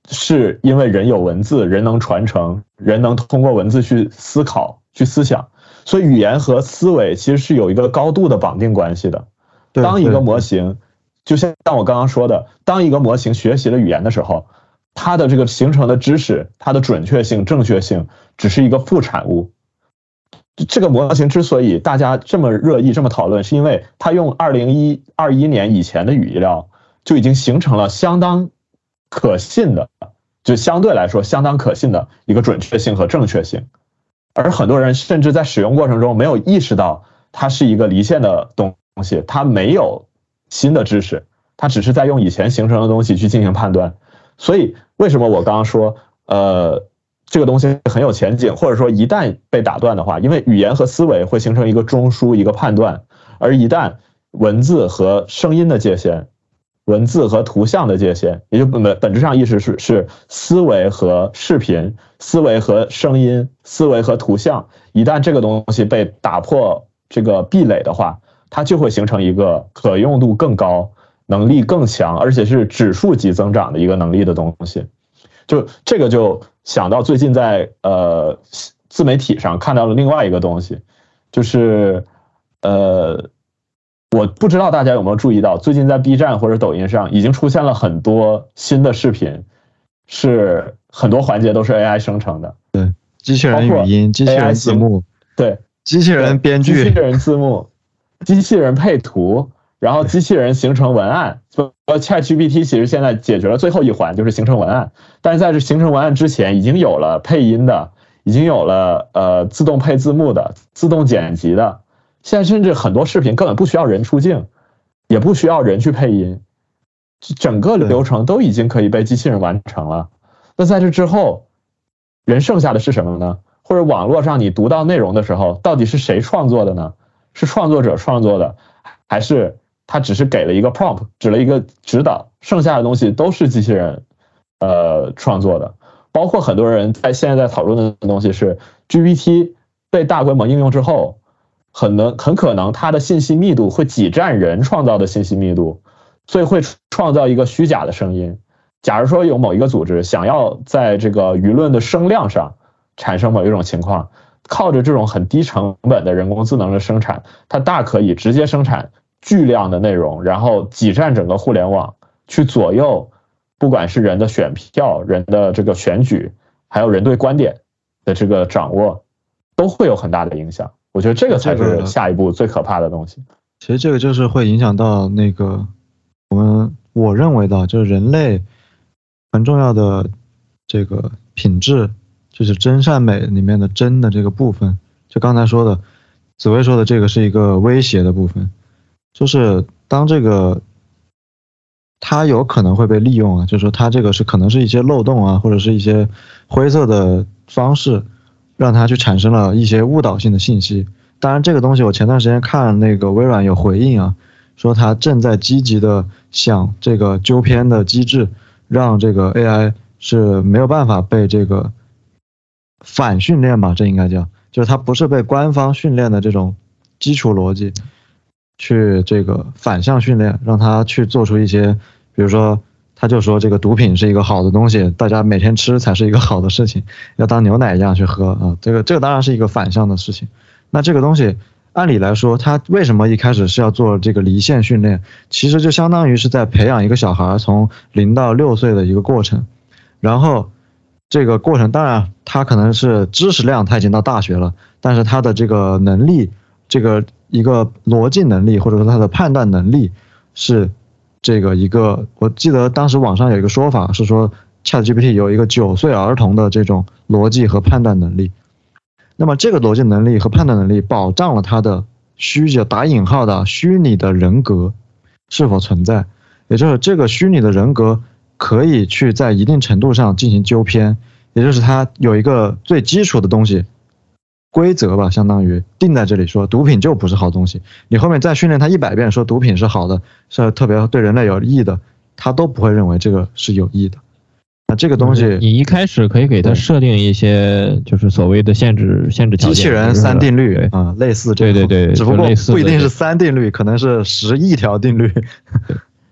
是因为人有文字，人能传承，人能通过文字去思考、去思想，所以语言和思维其实是有一个高度的绑定关系的。当一个模型，就像我刚刚说的，当一个模型学习了语言的时候，它的这个形成的知识，它的准确性、正确性，只是一个副产物。这个模型之所以大家这么热议、这么讨论，是因为它用二零二一年以前的语料就已经形成了相当可信的，就相对来说相当可信的一个准确性和正确性。而很多人甚至在使用过程中没有意识到它是一个离线的东西，它没有新的知识，它只是在用以前形成的东西去进行判断。所以为什么我刚刚说呃这个东西很有前景，或者说一旦被打断的话，因为语言和思维会形成一个中枢、一个判断，而一旦文字和声音的界限、文字和图像的界限，也就本本质上意思是是思维和视频、思维和声音、思维和图像，一旦这个东西被打破这个壁垒的话，它就会形成一个可用度更高、能力更强，而且是指数级增长的一个能力的东西。就这个就想到最近在呃自媒体上看到了另外一个东西，就是呃我不知道大家有没有注意到，最近在 B 站或者抖音上已经出现了很多新的视频，是很多环节都是 A I 生成的。 对，机器人语音、机器人字幕， 对， 机器人编剧、 机器人字幕、机器人配图，然后机器人形成文案。ChatGPT 其实现在解决了最后一环，就是形成文案。但是在这形成文案之前，已经有了配音的，已经有了呃自动配字幕的、自动剪辑的。现在甚至很多视频根本不需要人出镜，也不需要人去配音，整个流程都已经可以被机器人完成了。那在这之后，人剩下的是什么呢？或者网络上你读到内容的时候，到底是谁创作的呢？是创作者创作的，还是他只是给了一个 prompt， 指了一个指导，剩下的东西都是机器人呃创作的？包括很多人在现在在讨论的东西是 G P T 被大规模应用之后，很能很可能它的信息密度会挤占人创造的信息密度，所以会创造一个虚假的声音。假如说有某一个组织想要在这个舆论的声量上产生某一种情况，靠着这种很低成本的人工智能的生产，它大可以直接生产巨量的内容，然后挤占整个互联网，去左右不管是人的选票、人的这个选举，还有人对观点的这个掌握，都会有很大的影响。我觉得这个才是下一步最可怕的东西。 其实这个就是会影响到那个我们我认为的就是人类很重要的这个品质，就是真善美里面的真的这个部分。就刚才说的，紫薇说的这个是一个威胁的部分，就是当这个它有可能会被利用啊，就是说它这个是可能是一些漏洞啊，或者是一些灰色的方式，让它去产生了一些误导性的信息。当然这个东西我前段时间看那个微软有回应啊，说它正在积极的想这个纠偏的机制，让这个 A I 是没有办法被这个反训练吧，这应该叫，就是它不是被官方训练的这种基础逻辑去这个反向训练，让它去做出一些，比如说他就说这个毒品是一个好的东西，大家每天吃才是一个好的事情，要当牛奶一样去喝啊，这个这个当然是一个反向的事情。那这个东西按理来说，它为什么一开始是要做这个离线训练？其实就相当于是在培养一个小孩从零到六岁的一个过程，然后这个过程当然他可能是知识量他已经到大学了，但是他的这个能力，这个一个逻辑能力或者说他的判断能力是这个一个，我记得当时网上有一个说法是说 ChatGPT 有一个九岁儿童的这种逻辑和判断能力。那么这个逻辑能力和判断能力保障了他的虚假打引号的虚拟的人格是否存在，也就是这个虚拟的人格可以去在一定程度上进行纠偏，也就是它有一个最基础的东西规则吧，相当于定在这里，说毒品就不是好东西，你后面再训练它一百遍说毒品是好的，是特别对人类有益的，它都不会认为这个是有益的。那这个东西， 你一开始可以给它设定一些就是所谓的限制限制条件， 机器人三定律啊，类似这种，对对对， 只不过不一定是三定律，可能是十亿条定律。对，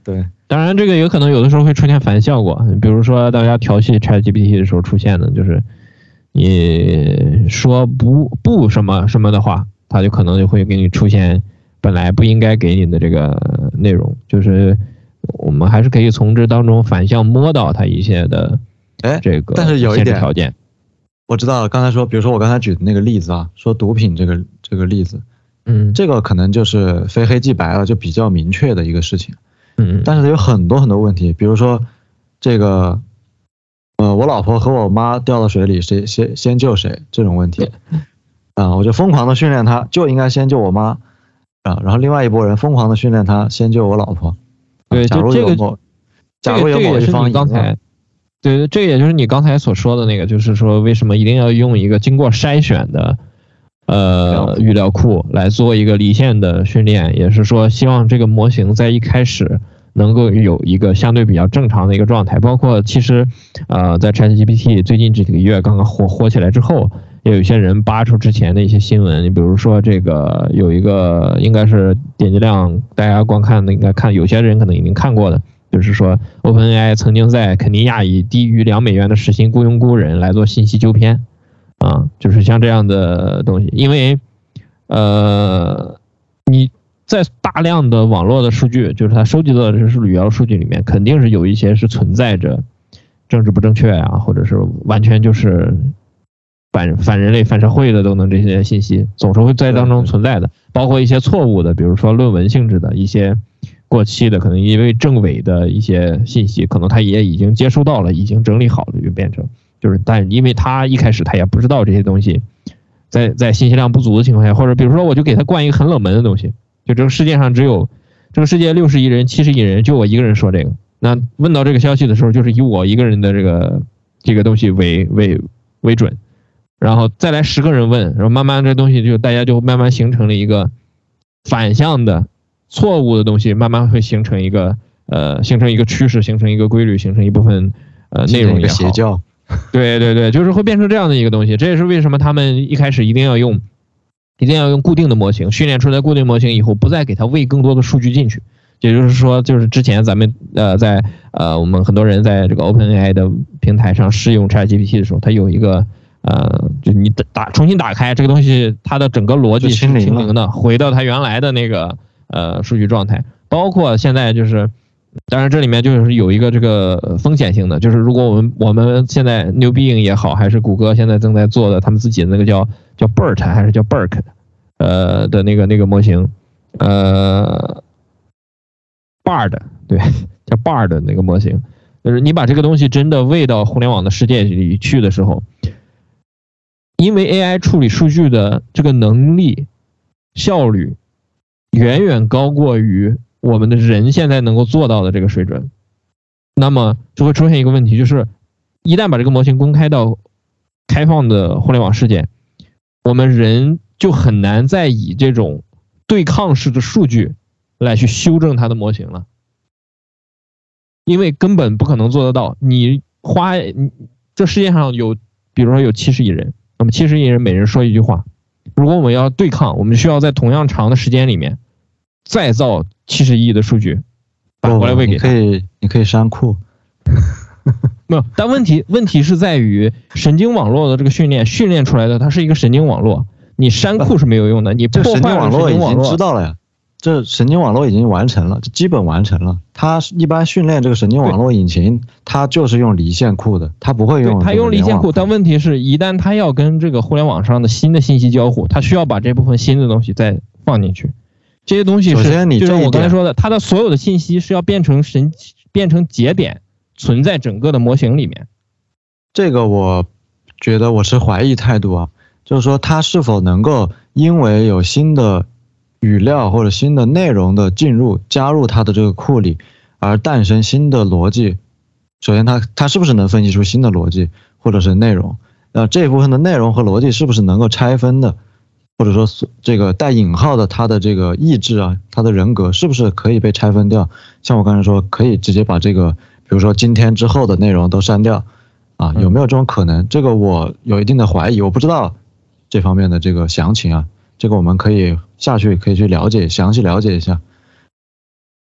当然这个有可能有的时候会出现反效果，比如说大家调戏 ChatGPT 的时候出现的，就是你说不不什么什么的话，它就可能就会给你出现本来不应该给你的这个内容，就是我们还是可以从这当中反向摸到它一些的这个但是有一点条件。 我知道了，刚才说，比如说我刚才举的那个例子啊，说毒品这个这个例子， 嗯， 这个可能就是非黑即白了，就比较明确的一个事情。 嗯， 但是有很多很多问题，比如说这个，呃，我老婆和我妈掉到水里，谁先先救谁这种问题，啊，我就疯狂的训练她，就应该先救我妈，啊，然后另外一拨人疯狂的训练她，先救我老婆。 对， 假如这个， 有某，假如有某一方刚才。对，这也就是你刚才所说的那个，就是说为什么一定要用一个经过筛选的呃语料库来做一个离线的训练，也是说希望这个模型在一开始能够有一个相对比较正常的一个状态。包括其实呃在 ChatGPT 最近这几个月刚刚火火起来之后，也有一些人扒出之前的一些新闻，你比如说这个有一个应该是点击量大家观看的应该看，有些人可能已经看过的。就是说 OpenAI 曾经在肯尼亚以低于两美元的时薪雇佣工人来做信息纠偏，啊，就是像这样的东西。因为呃你在大量的网络的数据，就是它收集到的这是语料数据里面，肯定是有一些是存在着政治不正确啊，或者是完全就是反反人类反社会的等等这些信息，总是会在当中存在的，包括一些错误的，比如说论文性质的一些过期的，可能因为政委的一些信息，可能他也已经接收到了，已经整理好了，就变成就是，但因为他一开始他也不知道这些东西，在在信息量不足的情况下，或者比如说我就给他灌一个很冷门的东西，就这个世界上只有这个世界六十亿人、七十亿人，就我一个人说这个，那问到这个消息的时候，就是以我一个人的这个这个东西为为为准，然后再来十个人问，然后慢慢这东西就大家就慢慢形成了一个反向的。错误的东西慢慢会形成一个呃，形成一个趋势，形成一个规律，形成一部分呃内容也好。 邪教。 对对对，就是会变成这样的一个东西。这也是为什么他们一开始一定要用，一定要用固定的模型，训练出来固定模型以后，不再给它喂更多的数据进去。也就是说，就是之前咱们呃在呃我们很多人在这个 OpenAI 的平台上试用 ChatGPT 的时候，它有一个呃，就你打重新打开这个东西，它的整个逻辑是清零的，回到它原来的那个。呃，数据状态，包括现在就是，当然这里面就是有一个这个风险性的，就是如果我们我们现在 New Bing 也好，还是谷歌现在正在做的他们自己的那个叫叫 B E R T 还是叫 B E R K， 呃的那个那个模型，呃 ，Bard 对，叫 Bard 那个模型，就是你把这个东西真的喂到互联网的世界里去的时候，因为 A I 处理数据的这个能力、效率。远远高过于我们的人现在能够做到的这个水准，那么就会出现一个问题，就是一旦把这个模型公开到开放的互联网世界，我们人就很难再以这种对抗式的数据来去修正它的模型了，因为根本不可能做得到。你花这世界上有，比如说有七十亿人，那么七十亿人每人说一句话。如果我们要对抗，我们需要在同样长的时间里面再造七十亿的数据，反过来喂给他。 你可以，你可以删库。 没有，但问题问题是在于神经网络的这个训练训练出来的，它是一个神经网络，你删库是没有用的。你破坏神经网络已经知道了呀，这神经网络已经完成了，这基本完成了。它一般训练这个神经网络引擎，它就是用离线库的，它不会用。 它用离线库，但问题是一旦它要跟这个互联网上的新的信息交互，它需要把这部分新的东西再放进去。这些东西是， 首先你就像我刚才说的，它的所有的信息是要变成神变成节点，存在整个的模型里面。 这个我觉得我是怀疑态度啊，就是说它是否能够因为有新的语料或者新的内容的进入加入它的这个库里，而诞生新的逻辑。首先它它是不是能分析出新的逻辑或者是内容？那这部分的内容和逻辑是不是能够拆分的？或者说这个带引号的它的这个意志啊，它的人格是不是可以被拆分掉？像我刚才说，可以直接把这个，比如说今天之后的内容都删掉啊，有没有这种可能？这个我有一定的怀疑，我不知道这方面的这个详情啊，这个我们可以下去可以去了解，详细了解一下。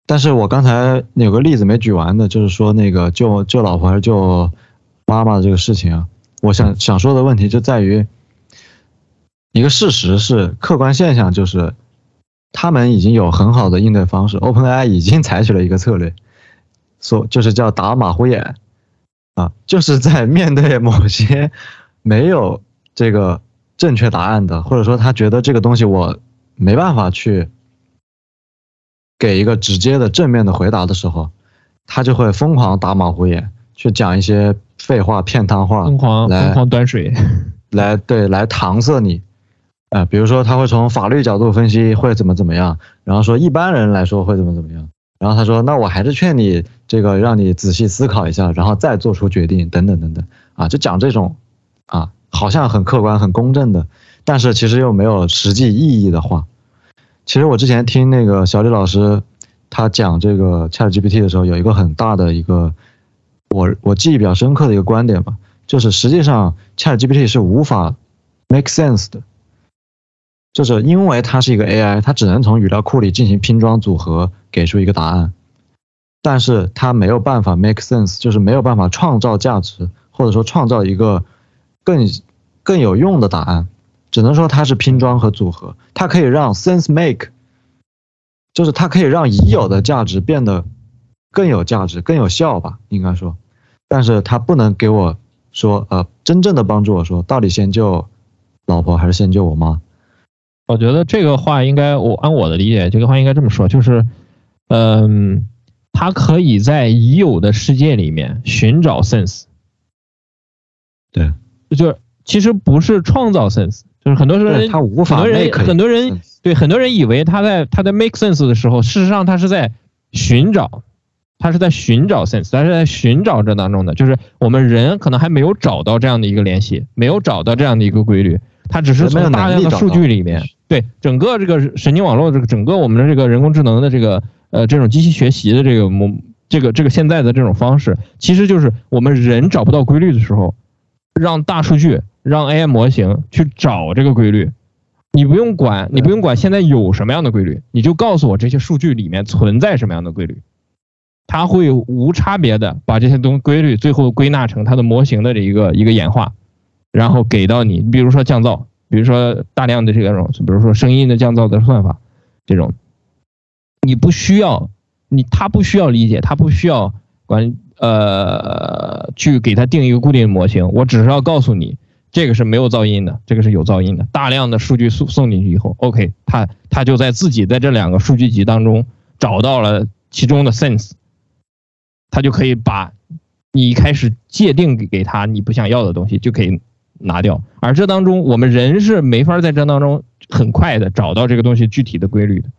但是我刚才有个例子没举完的，就是说那个救救老婆还是救妈妈的这个事情啊，我想想说的问题就在于，一个事实是客观现象，就是他们已经有很好的应对方式 ，OpenAI 已经采取了一个策略，所就是叫打马虎眼啊，就是在面对某些没有这个正确答案的，或者说他觉得这个东西我没办法去给一个直接的正面的回答的时候，他就会疯狂打马虎眼，去讲一些废话骗汤话， 疯狂疯狂端水， 来对来搪塞你。呃，比如说他会从法律角度分析会怎么怎么样，然后说一般人来说会怎么怎么样，然后他说那我还是劝你这个让你仔细思考一下，然后再做出决定等等等等啊，就讲这种啊好像很客观很公正的，但是其实又没有实际意义的话。其实我之前听那个小李老师他讲这个 ChatGPT 的时候，有一个很大的一个我我记忆比较深刻的一个观点吧，就是实际上 ChatGPT 是无法 make sense 的。就是因为它是一个 A I， 它只能从语料库里进行拼装组合，给出一个答案，但是它没有办法 make sense， 就是没有办法创造价值，或者说创造一个更更有用的答案，只能说它是拼装和组合。它可以让 sense make， 就是它可以让已有的价值变得更有价值、更有效吧，应该说，但是它不能给我说呃真正的帮助我说到底先救老婆还是先救我妈。 我觉得这个话应该，我按我的理解，这个话应该这么说，就是，嗯，它可以在已有的世界里面寻找 sense。 对， 就是其实不是创造 sense， 就是很多人， 他无法很多人，很多人，对，很多人以为他在他在 make sense 的时候，事实上他是在寻找，他是在寻找 sense， 他是在寻找这当中的，就是我们人可能还没有找到这样的一个联系，没有找到这样的一个规律。它只是从大量的数据里面，对整个这个神经网络，这个整个我们的这个人工智能的这个呃这种机器学习的这个模这个这个现在的这种方式，其实就是我们人找不到规律的时候，让大数据让 A I 模型去找这个规律。你不用管，你不用管现在有什么样的规律，你就告诉我这些数据里面存在什么样的规律，它会无差别的把这些东规律最后归纳成它的模型的这一个一个演化。然后给到你，比如说降噪，比如说大量的这种，比如说声音的降噪的算法，这种，你不需要，你他不需要理解，他不需要管呃去给他定一个固定的模型，我只是要告诉你，这个是没有噪音的，这个是有噪音的，大量的数据送送进去以后 ，OK， 他他就在自己在这两个数据集当中找到了其中的 sense， 他就可以把你一开始界定给他你不想要的东西就可以拿掉，而这当中我们人是没法在这当中很快的找到这个东西具体的规律的，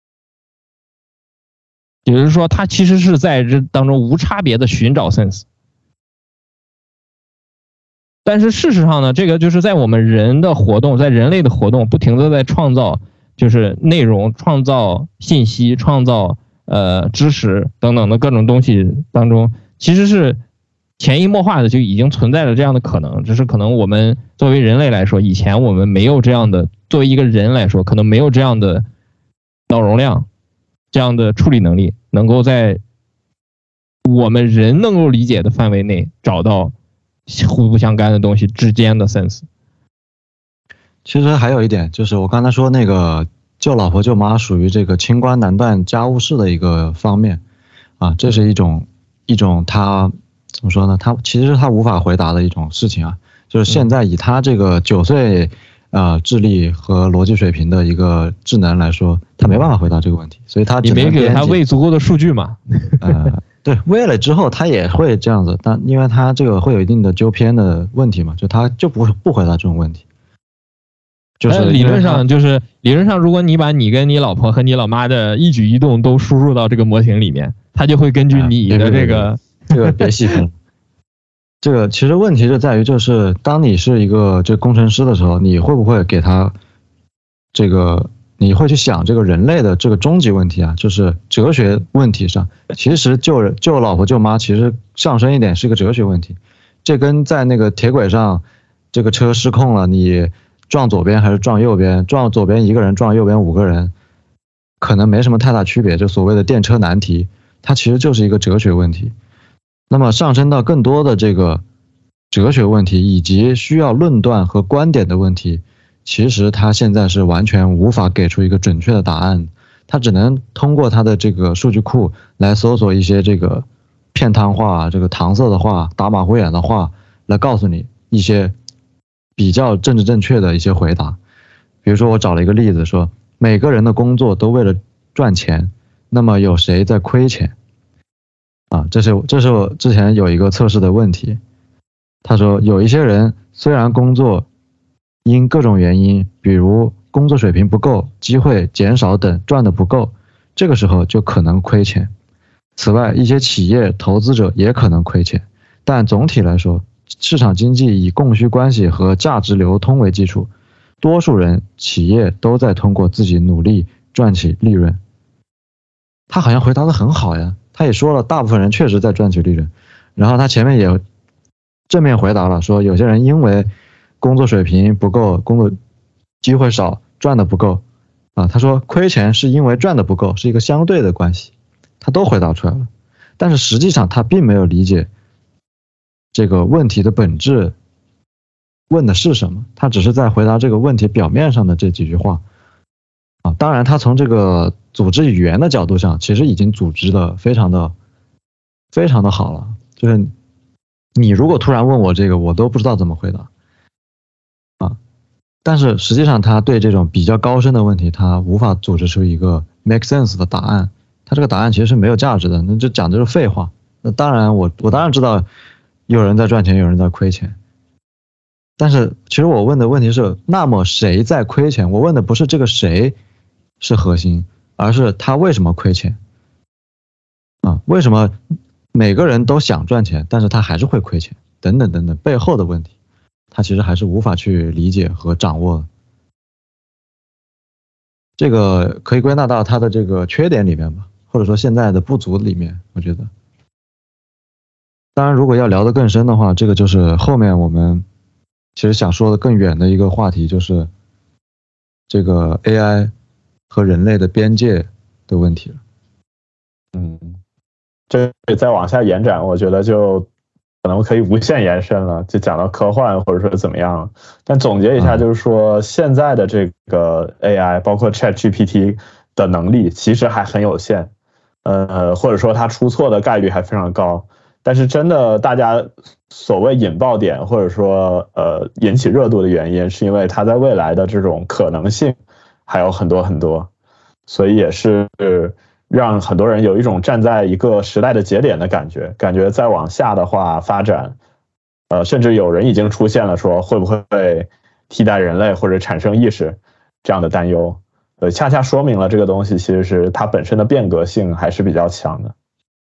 也就是说它其实是在这当中无差别的寻找 sense。 但是事实上呢，这个就是在我们人的活动，在人类的活动不停的在创造就是内容，创造信息，创造呃知识等等的各种东西当中，其实是潜移默化的就已经存在了这样的可能，只是可能我们作为人类来说，以前我们没有这样的，作为一个人来说，可能没有这样的脑容量，这样的处理能力，能够在我们人能够理解的范围内找到互不相干的东西之间的 sense。 其实还有一点就是我刚才说那个救老婆救妈属于这个清官难断家务事的一个方面啊，这是一种一种他怎么说呢？他其实是他无法回答的一种事情啊，就是现在以他这个九岁呃智力和逻辑水平的一个智能来说，他没办法回答这个问题，所以他你没给他喂足够的数据嘛？ 呃，对，喂了之后他也会这样子，但因为他这个会有一定的纠偏的问题嘛，就他就不不回答这种问题。就是理论上就是理论上，如果你把你跟你老婆和你老妈的一举一动都输入到这个模型里面，它就会根据你的这个。 啊这个别细分，这个其实问题就在于，就是当你是一个这工程师的时候，你会不会给他这个，你会去想这个人类的这个终极问题啊，就是哲学问题上，其实救人救老婆救妈，其实上升一点是一个哲学问题，这跟在那个铁轨上，这个车失控了，你撞左边还是撞右边，撞左边一个人，撞右边五个人， 可能没什么太大区别，就所谓的电车难题，它其实就是一个哲学问题。那么上升到更多的这个哲学问题以及需要论断和观点的问题，其实它现在是完全无法给出一个准确的答案，它只能通过它的这个数据库来搜索一些这个片汤话、这个搪塞的话、打马虎眼的话，来告诉你一些比较政治正确的一些回答。比如说我找了一个例子说，每个人的工作都为了赚钱，那么有谁在亏钱？啊，这是这是我之前有一个测试的问题。他说有一些人虽然工作因各种原因，比如工作水平不够、机会减少等赚的不够，这个时候就可能亏钱。此外，一些企业投资者也可能亏钱，但总体来说，市场经济以供需关系和价值流通为基础，多数人企业都在通过自己努力赚取利润。他好像回答得很好呀，他也说了大部分人确实在赚取利润，然后他前面也正面回答了，说有些人因为工作水平不够，工作机会少，赚的不够啊。他说亏钱是因为赚的不够，是一个相对的关系，他都回答出来了。但是实际上他并没有理解这个问题的本质问的是什么，他只是在回答这个问题表面上的这几句话啊。当然他从这个组织语言的角度上其实已经组织的非常的非常的好了，就是你如果突然问我这个，我都不知道怎么回答啊。但是实际上他对这种比较高深的问题，他无法组织出一个 make sense 的答案，他这个答案其实是没有价值的，那就讲的是废话。那当然我我当然知道有人在赚钱，有人在亏钱，但是其实我问的问题是，那么谁在亏钱？我问的不是这个谁是核心，而是他为什么亏钱啊？为什么每个人都想赚钱，但是他还是会亏钱，等等等等，背后的问题他其实还是无法去理解和掌握的。这个可以归纳到他的这个缺点里面吧，或者说现在的不足里面，我觉得。当然如果要聊得更深的话，这个就是后面我们其实想说的更远的一个话题，就是这个 A I 和人类的边界的问题了。 嗯，这再往下延展，我觉得就可能可以无限延伸了，就讲到科幻或者说怎么样。但总结一下，就是说现在的这个 A I， 包括 ChatGPT 的能力其实还很有限，呃，或者说它出错的概率还非常高。但是真的大家所谓引爆点或者说呃引起热度的原因，是因为它在未来的这种可能性还有很多很多，所以也是让很多人有一种站在一个时代的节点的感觉，感觉再往下的话发展，呃，甚至有人已经出现了说会不会替代人类或者产生意识这样的担忧，呃，恰恰说明了这个东西其实是它本身的变革性还是比较强的。